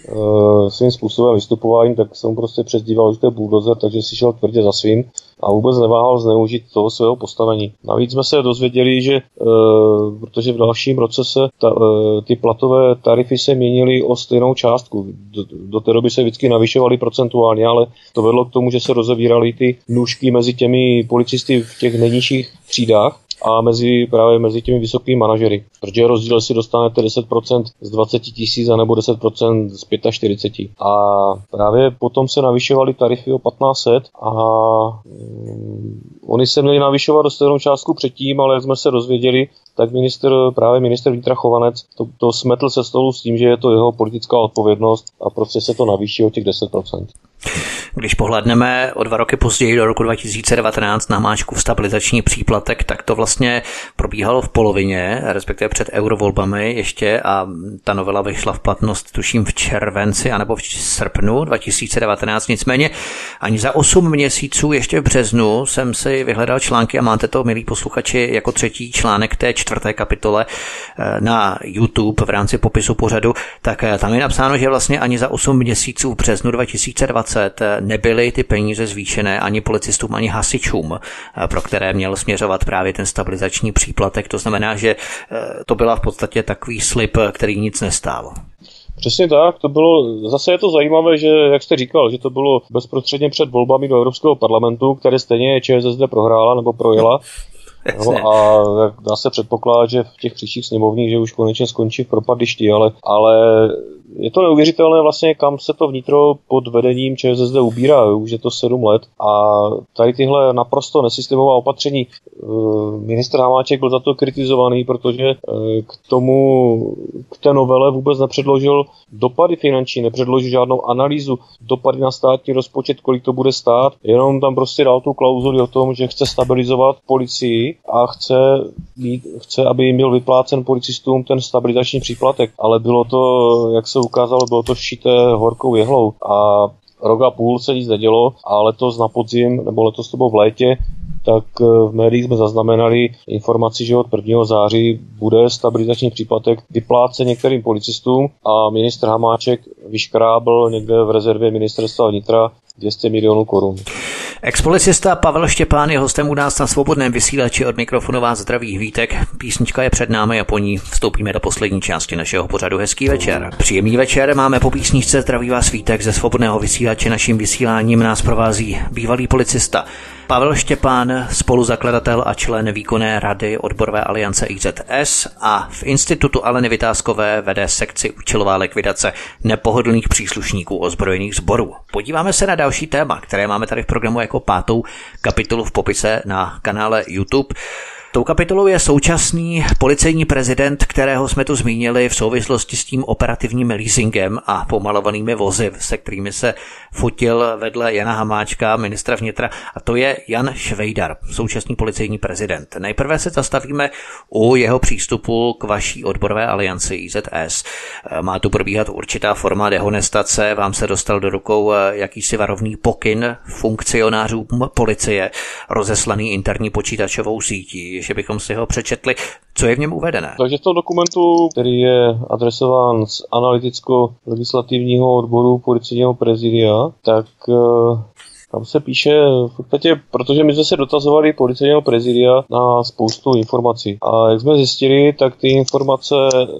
svým způsobem vystupování, tak jsem prostě přezdíval, že to je bulldozer, takže si šel tvrdě za svým a vůbec neváhal zneužít toho svého postavení. Navíc jsme se dozvěděli, že protože v dalším roce se ty platové tarify se měnily o stejnou částku. Do té doby se vždycky navyšovaly procentuálně, ale to vedlo k tomu, že se rozevíraly ty nůžky mezi těmi policisty v těch nejnižších třídách a mezi těmi vysokými manažery. Protože rozdíl, jestli dostanete 10% z 20 000 anebo 10% z 45. A právě potom se navyšovaly tarify o 1500 a oni se měli navyšovat do stejnou částku předtím, ale jak jsme se dozvěděli, tak právě ministr vnitra Chovanec to smetl se stolu s tím, že je to jeho politická odpovědnost a prostě se to navýší o těch 10%. Když pohledneme o 2 roky později do roku 2019 na Hamáčkův stabilizační příplatek, tak to vlastně probíhalo v polovině, respektive před eurovolbami ještě, a ta novela vyšla v platnost tuším v červenci anebo v srpnu 2019. Nicméně ani za 8 měsíců ještě v březnu jsem si vyhledal články a máte to, milí posluchači, jako 3. článek té 4. kapitole na YouTube v rámci popisu pořadu, tak tam je napsáno, že vlastně ani za 8 měsíců v březnu 2020 nebyly ty peníze zvýšené ani policistům, ani hasičům, pro které měl směřovat právě ten stabilizační příplatek. To znamená, že to byla v podstatě takový slib, který nic nestál. Přesně tak, to bylo, zase je to zajímavé, že, jak jste říkal, že to bylo bezprostředně před volbami do Evropského parlamentu, které stejně ČSSD prohrála nebo projela. No a dá se předpokládat, že v těch příštích sněmovních, že už konečně skončí v propadišti, ale je to neuvěřitelné vlastně, kam se to vnitro pod vedením ČSSD ubírá. Už je to 7 let a tady tyhle naprosto nesystémová opatření, ministr Hamáček byl za to kritizovaný, protože k té novele vůbec nepředložil dopady finanční, nepředložil žádnou analýzu dopady na státní rozpočet, kolik to bude stát, jenom tam prostě dal tu klauzuli o tom, že chce stabilizovat policii a chce, aby jim byl vyplácen policistům ten stabilizační příplatek, ale bylo to, jak se ukázalo, bylo to šité horkou jehlou a rok a půl se nic nedělo a letos na podzim, nebo letos to bylo v létě, tak v médiích jsme zaznamenali informaci, že od 1. září bude stabilizační příplatek vyplácen některým policistům a ministr Hamáček vyškrábl někde v rezervě ministerstva vnitra 200 milionů korun. Expolicista Pavel Štěpán je hostem u nás na Svobodném vysílači, od mikrofonu vás zdraví Vítek. Písnička je před námi a po ní vstoupíme do poslední části našeho pořadu. Hezký večer. Příjemný večer, máme po písničce, zdraví vás Vítek ze Svobodného vysílače. Naším vysíláním nás provází bývalý policista Pavel Štěpán, spoluzakladatel a člen výkonné rady odborové aliance IZS a v institutu Aleny Vytázkové vede sekci účelová likvidace nepohodlných příslušníků ozbrojených sborů. Podíváme se na další téma, které máme tady v programu jako 5. kapitolu v popise na kanále YouTube. Tou kapitolou je současný policejní prezident, kterého jsme tu zmínili v souvislosti s tím operativním leasingem a pomalovanými vozy, se kterými se fotil vedle Jana Hamáčka, ministra vnitra, a to je Jan Švejdar, současný policejní prezident. Nejprve se zastavíme u jeho přístupu k vaší odborové alianci IZS. Má tu probíhat určitá forma dehonestace, vám se dostal do rukou jakýsi varovný pokyn funkcionářům policie, rozeslaný interní počítačovou sítí, že bychom si ho přečetli. Co je v něm uvedené? Takže v tom dokumentu, který je adresován z analyticko-legislativního odboru policejního prezidia, tak tam se píše, v podstatě, protože my jsme se dotazovali policejního prezidia na spoustu informací. A jak jsme zjistili, tak ty informace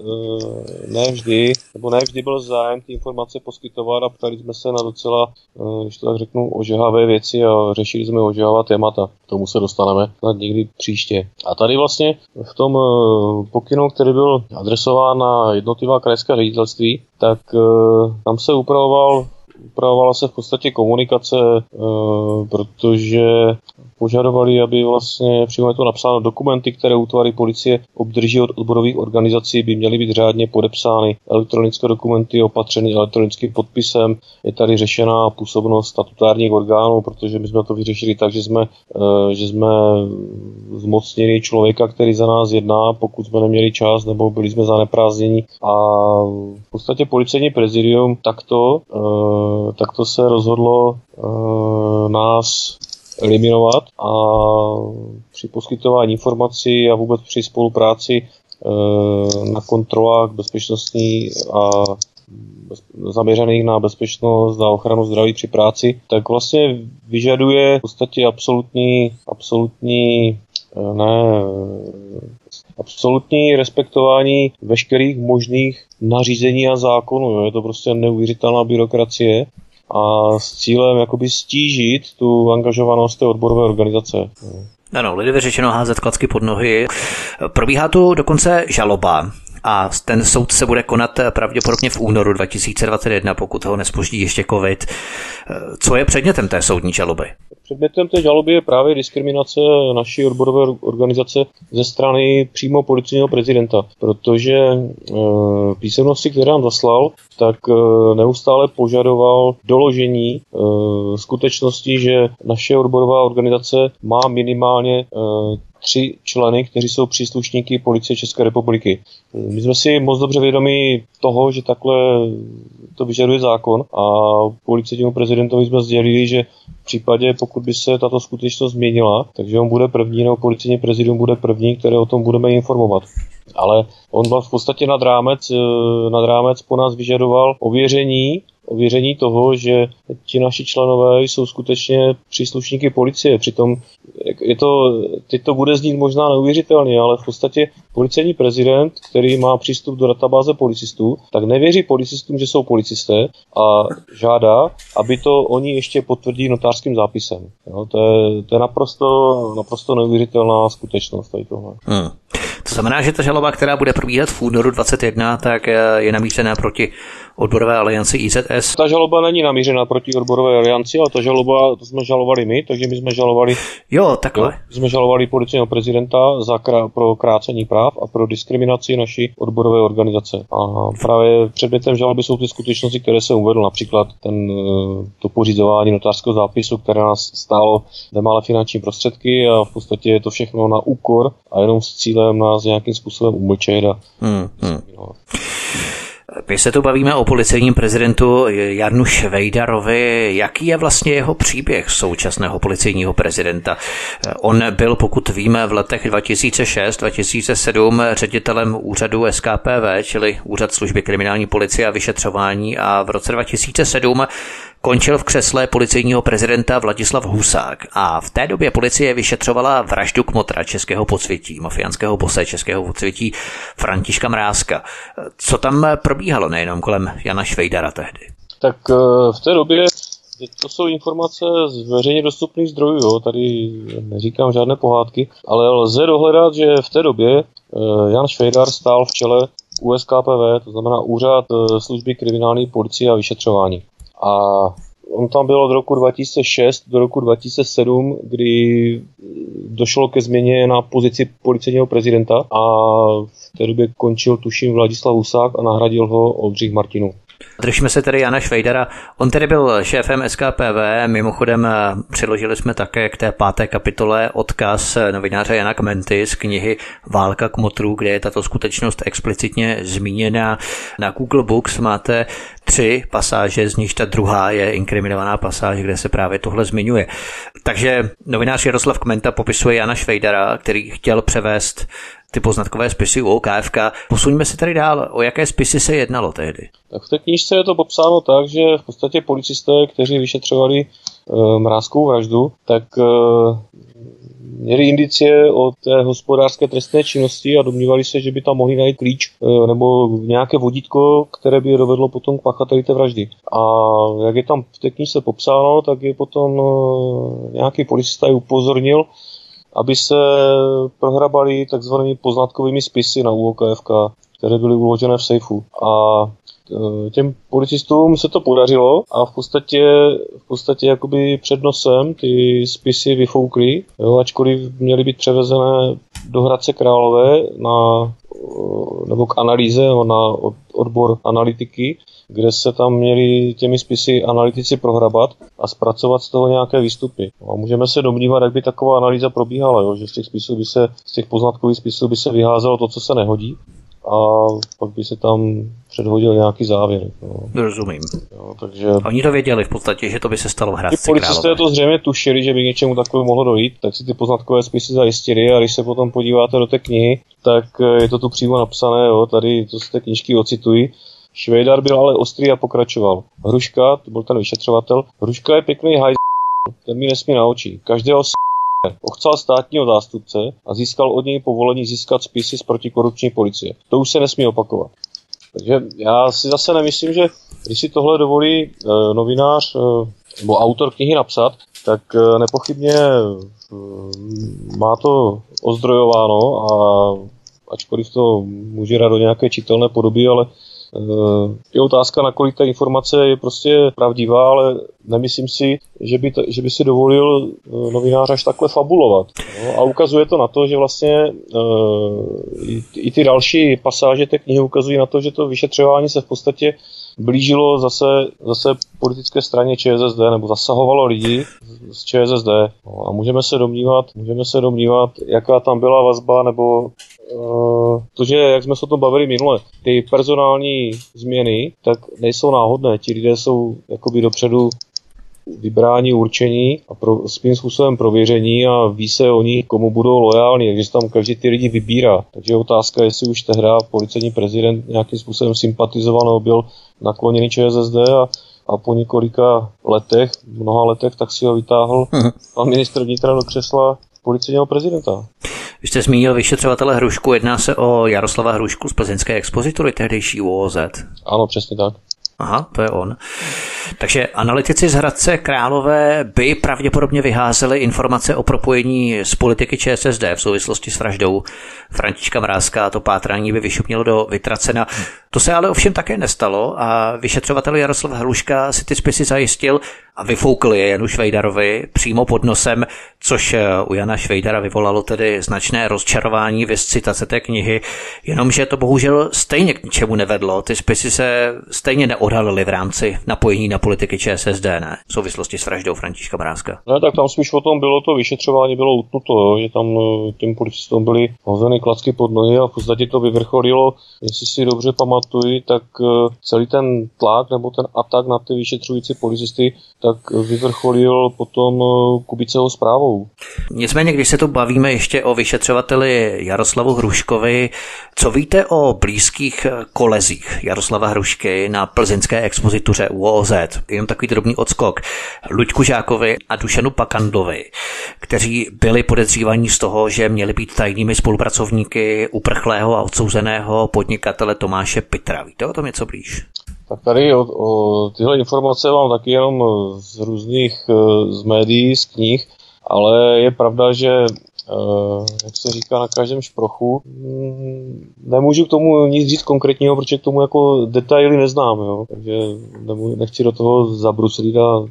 ne vždy byl zájem ty informace poskytovat a ptali jsme se na docela, když to tak řeknu, ožehavé věci a řešili jsme ožehavá témata. K tomu se dostaneme snad někdy příště. A tady vlastně v tom pokynu, který byl adresován na jednotlivá krajská ředitelství, tak tam se upravovala se v podstatě komunikace, protože požadovali, aby vlastně přímo je to napsáno, dokumenty, které útvary policie obdrží od odborových organizací, by měly být řádně podepsány, elektronické dokumenty opatřeny elektronickým podpisem. Je tady řešená působnost statutárních orgánů, protože my jsme to vyřešili tak, že jsme zmocnili člověka, který za nás jedná, pokud jsme neměli čas nebo byli jsme zaneprázdnění. A v podstatě policejní prezidium takto se rozhodlo nás eliminovat a při poskytování informací a vůbec při spolupráci na kontrolách bezpečnostní a zaměřených na bezpečnost a ochranu zdraví při práci, tak vlastně vyžaduje v podstatě absolutní respektování veškerých možných nařízení a zákonů. Je to prostě neuvěřitelná byrokracie a s cílem jakoby stížit tu angažovanost té odborové organizace. Ano, lidově řečeno házet klacky pod nohy. Probíhá tu dokonce žaloba a ten soud se bude konat pravděpodobně v únoru 2021, pokud ho nespoždí ještě covid. Co je předmětem té soudní žaloby? předmětem té žaloby je právě diskriminace naší odborové organizace ze strany přímo policejního prezidenta, protože písemnosti, které nám zaslal, tak neustále požadoval doložení skutečnosti, že naše odborová organizace má minimálně 3 členy, kteří jsou příslušníky Policie České republiky. My jsme si moc dobře vědomi toho, že takhle to vyžaduje zákon a policejnímu prezidentovi jsme sdělili, že v případě, pokud by se tato skutečnost změnila, takže on bude první, nebo policejní prezident bude první, které o tom budeme informovat. Ale on byl v podstatě nad rámec po nás vyžadoval ověření toho, že ti naši členové jsou skutečně příslušníky policie. Přitom teď to bude znít možná neuvěřitelně, ale v podstatě policejní prezident, který má přístup do databáze policistů, tak nevěří policistům, že jsou policisté a žádá, aby to oni ještě potvrdí notářským zápisem. Jo, to je naprosto neuvěřitelná skutečnost tady tohle. To znamená, že ta žaloba, která bude probíhat v únoru 2021, tak je namířená proti odborové alianci IZS? Ta žaloba není namířená proti odborové alianci, ale ta žaloba, to jsme žalovali my, takže my jsme žalovali... Jo, takhle. My jsme žalovali policejního prezidenta pro krácení práv a pro diskriminaci naší odborové organizace. A právě předmětem žaloby jsou ty skutečnosti, které jsem uvedl, například to pořizování notářského zápisu, které nás stálo nemalé finanční prostředky a v podstatě je to všechno na úkor a jenom s cílem nás nějakým způsobem umlčet. My se tu bavíme o policejním prezidentu Janu Švejdarovi. Jaký je vlastně jeho příběh současného policejního prezidenta? On byl, pokud víme, v letech 2006-2007 ředitelem úřadu SKPV, čili Úřad služby kriminální policie a vyšetřování, a v roce 2007 končil v křesle policejního prezidenta Vladislav Husák a v té době policie vyšetřovala vraždu kmotra českého podsvětí, mafiánského bose českého podsvětí Františka Mrázka. Co tam probíhalo nejenom kolem Jana Švejdara tehdy? Tak v té době, to jsou informace z veřejně dostupných zdrojů, jo. Tady neříkám žádné pohádky, ale lze dohledat, že v té době Jan Švejdar stál v čele USKPV, to znamená Úřad služby kriminální policie a vyšetřování. A on tam byl od roku 2006 do roku 2007, kdy došlo ke změně na pozici policejního prezidenta a v té době končil, tuším, Vladislav Husák a nahradil ho Oldřich Martinů. Držme se tedy Jana Švejdara. On tedy byl šéfem SKPV, mimochodem přiložili jsme také k té 5. kapitole odkaz novináře Jana Kmenty z knihy Válka kmotrů, kde je tato skutečnost explicitně zmíněna. Na Google Books máte 3 pasáže, z nichž ta druhá je inkriminovaná pasáž, kde se právě tohle zmiňuje. Takže novinář Jaroslav Kmenta popisuje Jana Švejdara, který chtěl převést ty poznatkové spisy u OKFK. Posuňme se tady dál. O jaké spisy se jednalo tehdy? Tak v té knížce je to popsáno tak, že v podstatě policisté, kteří vyšetřovali Mrázkovou vraždu, tak měli indicie o té hospodářské trestné činnosti a domnívali se, že by tam mohli najít klíč nebo nějaké vodítko, které by je dovedlo potom k pachateli té vraždy. A jak je tam v té knížce popsáno, tak je potom nějaký policista je upozornil, aby se prohrabali takzvanými poznatkovými spisy na UOKFK, které byly uložené v sejfu. A těm policistům se to podařilo a v podstatě jakoby před nosem ty spisy vyfoukly, jo, ačkoliv měly být převezené do Hradce Králové nebo k analýze na odbor analytiky, kde se tam měli těmi spisy analytici prohrabat a zpracovat z toho nějaké výstupy. A můžeme se domnívat, jak by taková analýza probíhala, jo, že z těch poznatkových spisů by se vyházelo to, co se nehodí, a pak by se tam předhodil nějaký závěr. No. Rozumím. Jo, takže... Oni to věděli v podstatě, že to by se stalo v Hradci Králové. Policisté to zřejmě tušili, že by k něčemu takovému mohlo dojít, tak si ty poznatkové spisy zajistili a když se potom podíváte do té knihy, tak je to tu přímo napsané, jo, tady to z té knížky ocituji. Švejdar byl ale ostrý a pokračoval. Hruška, to byl ten vyšetřovatel, Hruška je pěkný hajz, ten mi nesmí na oči. Každého ochcal státního zástupce a získal od něj povolení získat spisy z protikorupční policie. To už se nesmí opakovat. Takže já si zase nemyslím, že když si tohle dovolí novinář nebo autor knihy napsat, tak nepochybně má to ozdrojováno a ačkoliv to může dát do nějaké čitelné podoby, ale Je otázka, nakolik ta informace je prostě pravdivá, ale nemyslím si, že by si dovolil novinář až takhle fabulovat. No, a ukazuje to na to, že vlastně i ty další pasáže té knihy ukazují na to, že to vyšetřování se v podstatě blížilo zase politické straně ČSSD, nebo zasahovalo lidi z ČSSD. No, a můžeme se domnívat, jaká tam byla vazba, nebo to, že, jak jsme se o tom bavili minule, ty personální změny, tak nejsou náhodné. Ti lidé jsou jakoby dopředu vybrání, určení a svým způsobem prověření a ví se o nich, komu budou lojální, takže tam každý ty lidi vybírá. Takže je otázka, jestli už tehda policejní prezident nějakým způsobem sympatizoval nebo byl nakloněný ČSSD a po několika mnoha letech, tak si ho vytáhl pan ministr vnitra do křesla policejního prezidenta. Vy jste zmínil vyšetřovatele Hrušku, jedná se o Jaroslava Hrušku z plzeňské expozitury, tehdejší ÚOZ. Ano, přesně tak. Aha, to je on. Takže analytici z Hradce Králové by pravděpodobně vyházeli informace o propojení z politiky ČSSD v souvislosti s vraždou Františka Mrázka a to pátrání by vyšumělo do Vytracena. To se ale ovšem také nestalo a vyšetřovatel Jaroslav Hruška si ty spisy zajistil a vyfoukl je Janu Švejdarovi přímo pod nosem, což u Jana Švejdara vyvolalo tedy značné rozčarování v citace té knihy, jenomže to bohužel stejně k ničemu nevedlo. Ty spisy se stejně neodhalily v rámci napojení na politiky ČSSD, ne? V souvislosti s vraždou Františka Mrázka. Ne, tak tam spíš o tom bylo to vyšetřování, bylo utnuto, že tam těm policistům byly hozeny klacky pod nohy a v podstatě to vyvrcholilo, jestli si dobře pamatuji, tak celý ten tlak nebo ten atak na ty vyšetřující policisty tak vyvrcholil potom Kubiceho zprávou. Nicméně, když se tu bavíme ještě o vyšetřovateli Jaroslavu Hruškovi, co víte o blízkých kolezích Jaroslava Hrušky na plzeňské expozituře ÚOZ? Jenom takový drobný odskok. Luďku Žákovi a Dušanu Pakandovi, kteří byli podezřívaní z toho, že měli být tajnými spolupracovníky uprchlého a odsouzeného podnikatele Tomáše Pitra. Víte o tom něco blíž? Tak tady o tyhle informace mám taky jenom z různých z médií, z knih, ale je pravda, že jak se říká na každém šprochu, nemůžu k tomu nic říct konkrétního, protože k tomu jako detaily neznám, jo? Takže nechci do toho zabrusit a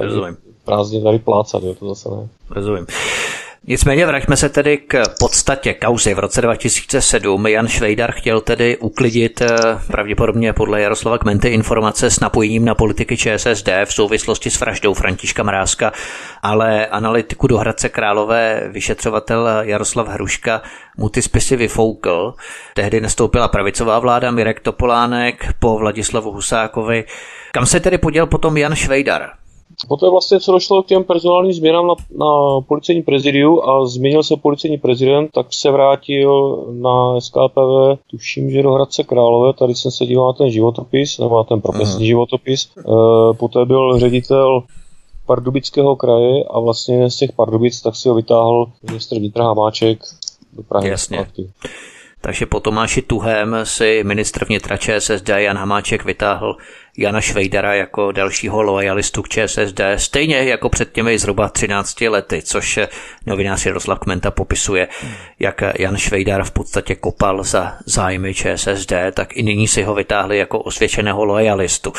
prázdně tady plácat, jo? To zase ne. Rozumím. Nicméně vraťme se tedy k podstatě kauzy. V roce 2007 Jan Švejdar chtěl tedy uklidit pravděpodobně podle Jaroslava Kmenty informace s napojením na politiky ČSSD v souvislosti s vraždou Františka Mrázka, ale analytiku do Hradce Králové vyšetřovatel Jaroslav Hruška mu ty spisy vyfoukl. Tehdy nastoupila pravicová vláda, Mirek Topolánek po Vladislavu Husákovi. Kam se tedy poděl potom Jan Švejdar? Poté vlastně, co došlo k těm personálním změnám na policejní prezidiu a změnil se policejní prezident, tak se vrátil na SKPV, tuším, že do Hradce Králové, tady jsem se díval na ten životopis, nebo na ten profesní životopis. Poté byl ředitel Pardubického kraje a vlastně z těch Pardubic tak si ho vytáhl ministr vnitra Hamáček do Prahy. Jasně. Takže po Tomáši Tuhém si ministr vnitra ČSSD Jan Hamáček vytáhl Jana Švejdara jako dalšího loajalistu k ČSSD, stejně jako před těmi zhruba 13 lety, což novinář Jaroslav Kmenta popisuje, jak Jan Švejdar v podstatě kopal za zájmy ČSSD, tak i nyní si ho vytáhli jako osvědčeného loajalistu.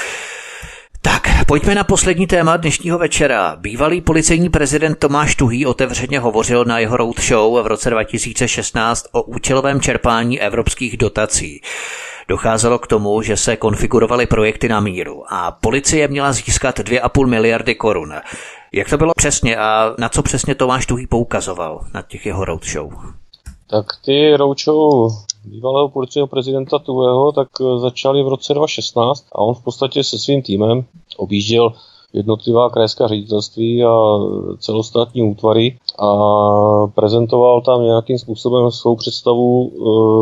Tak, pojďme na poslední téma dnešního večera. Bývalý policejní prezident Tomáš Tuhý otevřeně hovořil na jeho roadshow v roce 2016 o účelovém čerpání evropských dotací. Docházelo k tomu, že se konfigurovaly projekty na míru a policie měla získat 2,5 miliardy korun. Jak to bylo přesně a na co přesně Tomáš Tuhý poukazoval na těch jeho roadshow? Tak ty roadshow bývalého policejního prezidenta Tuhého tak začaly v roce 2016 a on v podstatě se svým týmem objížděl jednotlivá krajská ředitelství a celostátní útvary a prezentoval tam nějakým způsobem svou představu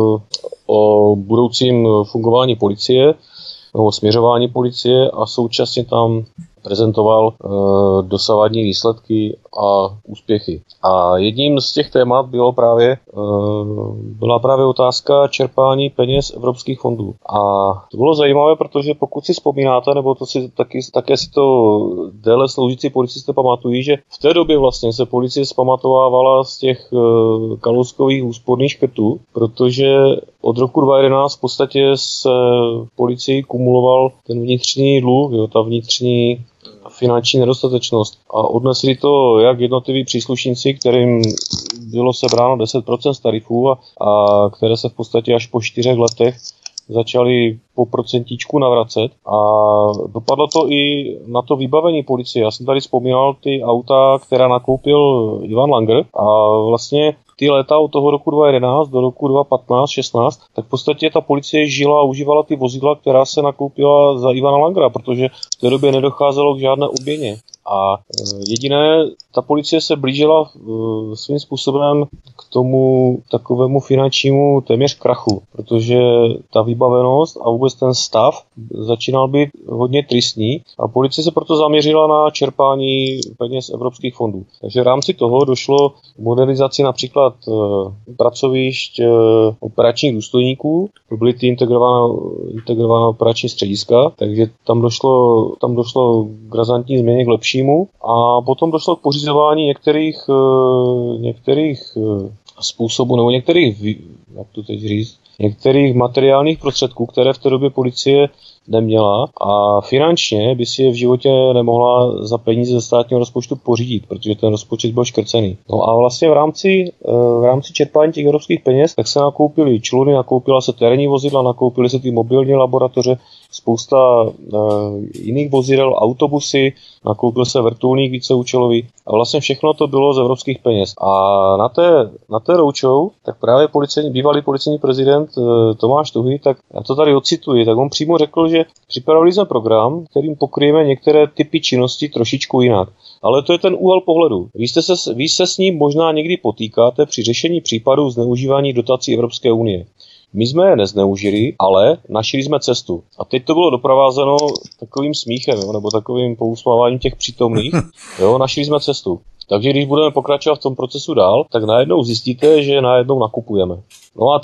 o budoucím fungování policie nebo směřování policie a současně tam prezentoval dosavadní výsledky a úspěchy. A jedním z těch témat byla právě otázka čerpání peněz evropských fondů. A to bylo zajímavé, protože pokud si vzpomínáte, nebo to si také si to déle sloužící policisté pamatují, že v té době vlastně se policie zpamatovávala z těch Kalouskových úsporných škrtů, protože od roku 2011 v podstatě se v policii kumuloval ten vnitřní dluh, ta vnitřní finanční nedostatečnost. A odnesli to jak jednotliví příslušníci, kterým bylo sebráno 10% z tarifů a které se v podstatě až po 4 letech začali po procentíčku navracet a dopadlo to i na to vybavení policie. Já jsem tady vzpomínal ty auta, která nakoupil Ivan Langer a vlastně ty léta od toho roku 2011 do roku 2015-16, tak v podstatě ta policie žila a užívala ty vozidla, která se nakoupila za Ivana Langera, protože v té době nedocházelo k žádné obměně. A jediné, ta policie se blížila svým způsobem k tomu takovému finančnímu téměř krachu, protože ta vybavenost a vůbec ten stav začínal být hodně tristní a policie se proto zaměřila na čerpání peněz evropských fondů. Takže v rámci toho došlo k modernizaci například pracovišť operačních důstojníků, byly ty integrovaná operační střediska, takže tam došlo k razantní změně k lepšímu a potom došlo k pořizování některých způsobů nebo některých materiálních prostředků, které v té době policie neměla a finančně by si je v životě nemohla za peníze ze státního rozpočtu pořídit, protože ten rozpočet byl škrcený. No a vlastně v rámci čerpání těch evropských peněz tak se nakoupily čluny, nakoupila se terénní vozidla, nakoupily se ty mobilní laboratoře, spousta jiných vozidel, autobusy, nakoupil se vrtulník víceúčelový a vlastně všechno to bylo z evropských peněz. A na té roadshow, tak právě bývalý policejní prezident Tomáš Tuhý, tak já to tady ocituji, tak on přímo řekl, že připravili jsme program, kterým pokryjeme některé typy činností trošičku jinak. Ale to je ten úhel pohledu. Vy se s ním možná někdy potýkáte při řešení případů zneužívání dotací Evropské unie. My jsme je nezneužili, ale našli jsme cestu. A teď to bylo doprovázeno takovým smíchem, nebo takovým pousmáváním těch přítomných. Našli jsme cestu. Takže když budeme pokračovat v tom procesu dál, tak najednou zjistíte, že najednou nakupujeme. No a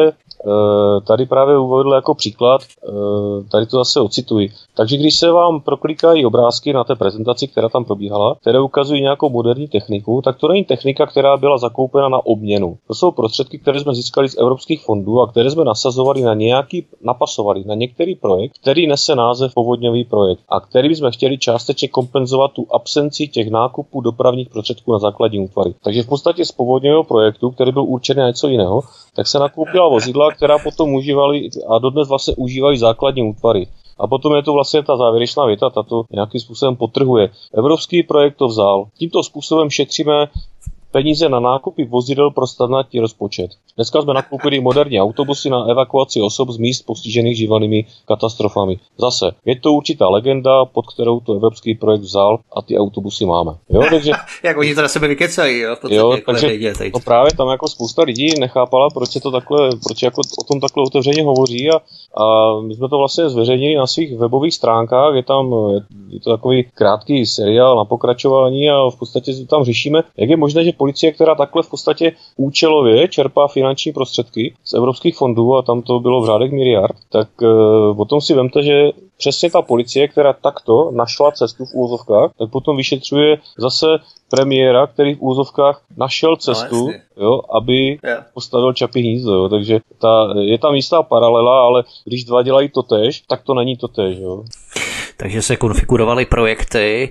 tady právě uvedl jako příklad, tady to zase ocituji. Takže když se vám proklikají obrázky na té prezentaci, která tam probíhala, které ukazují nějakou moderní techniku, tak to není technika, která byla zakoupena na obměnu. To jsou prostředky, které jsme získali z evropských fondů a které jsme napasovali na některý projekt, který nese název povodňový projekt a který bychom chtěli částečně kompenzovat tu absenci těch nákupů dopravních prostředků na základní útvary. Takže v podstatě z povodňového projektu, který byl určený na něco jiného, tak se nakoupila vozidla, která potom užívali a dodnes vlastně užívají základní útvary. A potom je to vlastně ta závěrečná věta, tato nějakým způsobem podtrhuje. Evropský projekt to vzal. Tímto způsobem šetříme peníze na nákupy vozidel pro standardní rozpočet. Dneska jsme nakoupili moderní autobusy na evakuaci osob z míst postižených živelnými katastrofami. Zase, je to určitá legenda, pod kterou to evropský projekt vzal a ty autobusy máme. Takže jak oni to na sebe vykecají, jo? Takže právě tam jako spousta lidí nechápala, proč jako o tom takhle otevřeně hovoří a my jsme to vlastně zveřejnili na svých webových stránkách, je to takový krátký seriál na pokračování a v podstatě tam řešíme, jak je možné, že policie, která takhle v podstatě účelově čerpá finanční prostředky z evropských fondů a tam to bylo v řádech miliard, tak potom si vemte, že přesně ta policie, která takto našla cestu v úvozovkách, tak potom vyšetřuje zase premiéra, který v úvozovkách našel cestu, aby postavil Čapí hnízdo. Takže je tam jistá paralela, ale když dva dělají totéž, tak to není totéž. Takže se konfigurovaly projekty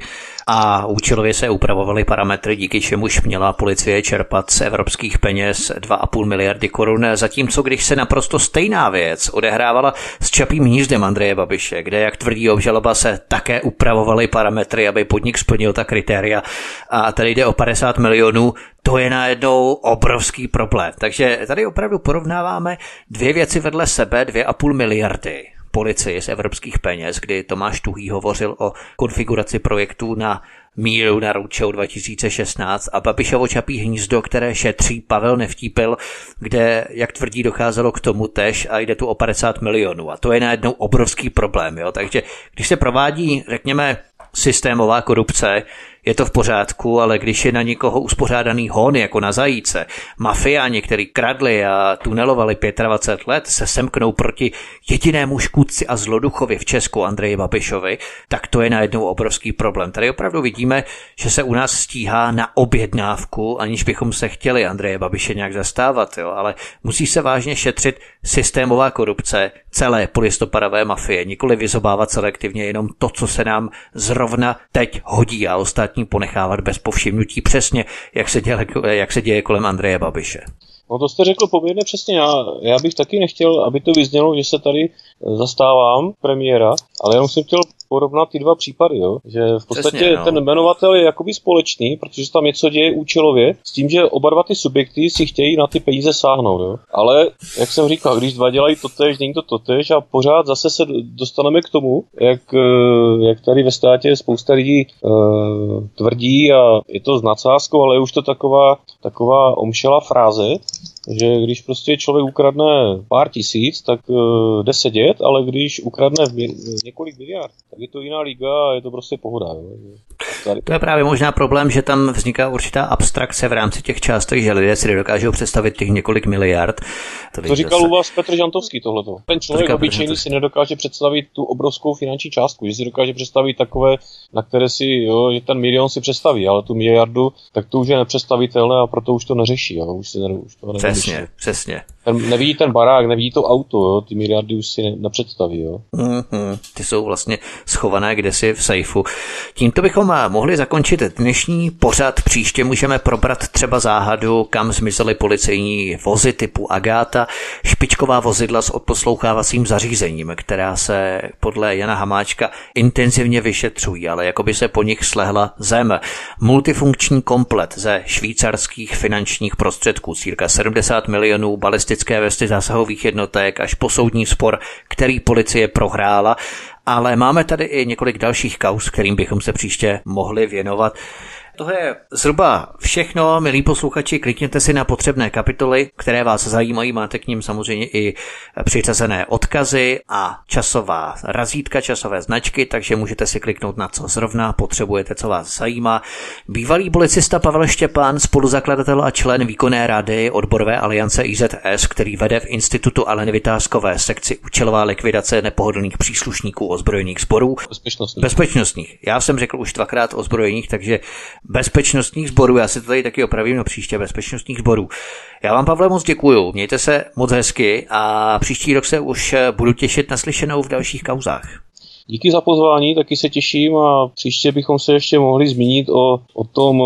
a účelově se upravovaly parametry, díky čemuž měla policie čerpat z evropských peněz 2,5 miliardy korun, zatímco když se naprosto stejná věc odehrávala s Čapím hnízdem Andreje Babiše, kde, jak tvrdí obžaloba, se také upravovaly parametry, aby podnik splnil ta kritéria a tady jde o 50 milionů, to je najednou obrovský problém. Takže tady opravdu porovnáváme dvě věci vedle sebe, 2,5 miliardy. Policii z evropských peněz, kdy Tomáš Tuhý hovořil o konfiguraci projektů na míru na roadshow 2016 a Babišovo Čapí hnízdo, které šetří Pavel Nevtípil, kde, jak tvrdí, docházelo k tomu tež a jde tu o 50 milionů. A to je najednou obrovský problém. Takže když se provádí, řekněme, systémová korupce, je to v pořádku, ale když je na někoho uspořádaný hon jako na zajíce, mafiáni, který kradli a tunelovali 25 let, se semknou proti jedinému škůdci a zloduchovi v Česku Andreji Babišovi, tak to je najednou obrovský problém. Tady opravdu vidíme, že se u nás stíhá na objednávku, aniž bychom se chtěli Andreje Babiše nějak zastávat, jo, ale musí se vážně šetřit systémová korupce celé polistopadové mafie, nikoli vyzobávat selektivně jenom to, co se nám zrovna teď hodí a ostatní ponechávat bez povšimnutí přesně, jak se děje kolem Andreje Babiše. No to jste řekl poměrně přesně. Já bych taky nechtěl, aby to vyznělo, že se tady zastávám premiéra, ale jenom jsem chtěl porovnat ty dva případy, jo? Že v podstatě přesně, no. Ten jmenovatel je jakoby společný, protože se tam něco děje účelově, s tím, že oba dva ty subjekty si chtějí na ty peníze sáhnout. Jo? Ale, jak jsem říkal, když dva dělají totéž, není to totéž a pořád zase se dostaneme k tomu, jak tady ve státě spousta lidí tvrdí a je to s nadsázkou, ale je už to taková omšelá fráze, že když prostě člověk ukradne pár tisíc, tak jde sedět, ale když ukradne několik miliard, tak je to jiná liga a je to prostě pohoda. Jo. To je právě možná problém, že tam vzniká určitá abstrakce v rámci těch částek, že lidé si nedokážou představit těch několik miliard. To říkal u vás Petr Žantovský tohleto. Ten člověk obyčejný si nedokáže představit tu obrovskou finanční částku, že si dokáže představit takové, na které si, jo, že ten milion si představí, ale tu miliardu, tak to už je nepředstavitelné a proto už to neřeší. Jo. Už to Přesně. Nevidí ten barák, nevidí to auto, jo, ty miliardy už si nepředstaví. Jo. Ty jsou vlastně schované kdesi v sejfu. Tímto bychom mohli zakončit dnešní pořad. Příště můžeme probrat třeba záhadu, kam zmizely policejní vozy typu Agáta, špičková vozidla s odposlouchávacím zařízením, která se podle Jana Hamáčka intenzivně vyšetřují, ale jako by se po nich slehla zem. Multifunkční komplet ze švýcarských finančních prostředků, cirka 70 milionů, balistické vesty zásahových jednotek až po soudní spor, který policie prohrála. Ale máme tady i několik dalších kauz, kterým bychom se příště mohli věnovat. To je zhruba všechno, milí posluchači, klikněte si na potřebné kapitoly, které vás zajímají, máte k nim samozřejmě i přiřazené odkazy a časová razítka, časové značky, takže můžete si kliknout na co zrovna potřebujete, co vás zajímá. Bývalý policista Pavel Štěpán, spoluzakladatel a člen výkonné rady odborové aliance IZS, který vede v Institutu Aleny Vytázkové sekci účelová likvidace nepohodlných příslušníků ozbrojených sborů. Bezpečnostních. Já jsem řekl už dvakrát ozbrojených, takže bezpečnostních sborů, já si to tady taky opravím na příště, bezpečnostních sborů. Já vám, Pavle, moc děkuju, mějte se moc hezky a příští rok se už budu těšit na slyšenou v dalších kauzách. Díky za pozvání, taky se těším a příště bychom se ještě mohli zmínit o tom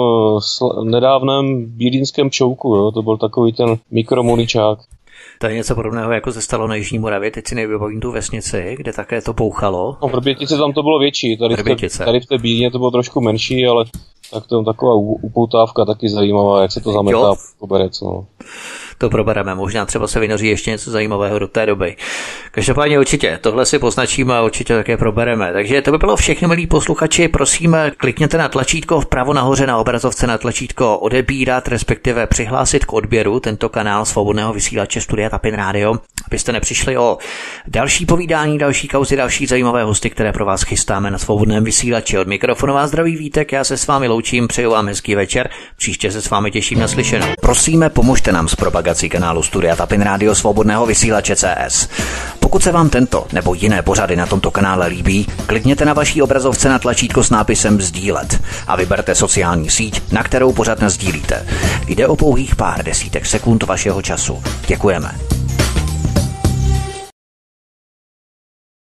nedávném bílínském čouku, jo? To byl takový ten mikromoničák. To je něco podobného, jako se stalo na Jižní Moravě, teď si nevybavím tu vesnici, kde také to bouchalo. No, v Vrbětici tam to bylo větší, tady v té Bílině to bylo trošku menší, ale tak to je taková upoutávka taky zajímavá, jak se to zametá v koberec. No. To probereme, možná třeba se vynoří ještě něco zajímavého do té doby. Každopádně určitě, tohle si poznačíme a určitě také probereme. Takže to by bylo všechno, milí posluchači, prosím, klikněte na tlačítko vpravo nahoře na obrazovce na tlačítko odebírat, respektive přihlásit k odběru tento kanál svobodného vysílače Studia Tapin Radio, abyste nepřišli o další povídání, další kauzy, další zajímavé hosty, které pro vás chystáme na svobodném vysílači. Od mikrofonu vás zdraví Vítek, já se s vámi loučím, přeju vám hezký večer, příště se s vámi těším na slyšenou. Prosíme, pomožte nám s propagací kanálu Studia Tapin Radio svobodného vysílače CS. Pokud se vám tento nebo jiné pořady na tomto kanále líbí, klikněte na vaší obrazovce na tlačítko s nápisem sdílet a vyberte sociální síť, na kterou pořad nasdílíte. Jde o pouhých pár desítek sekund vašeho času. Děkujeme.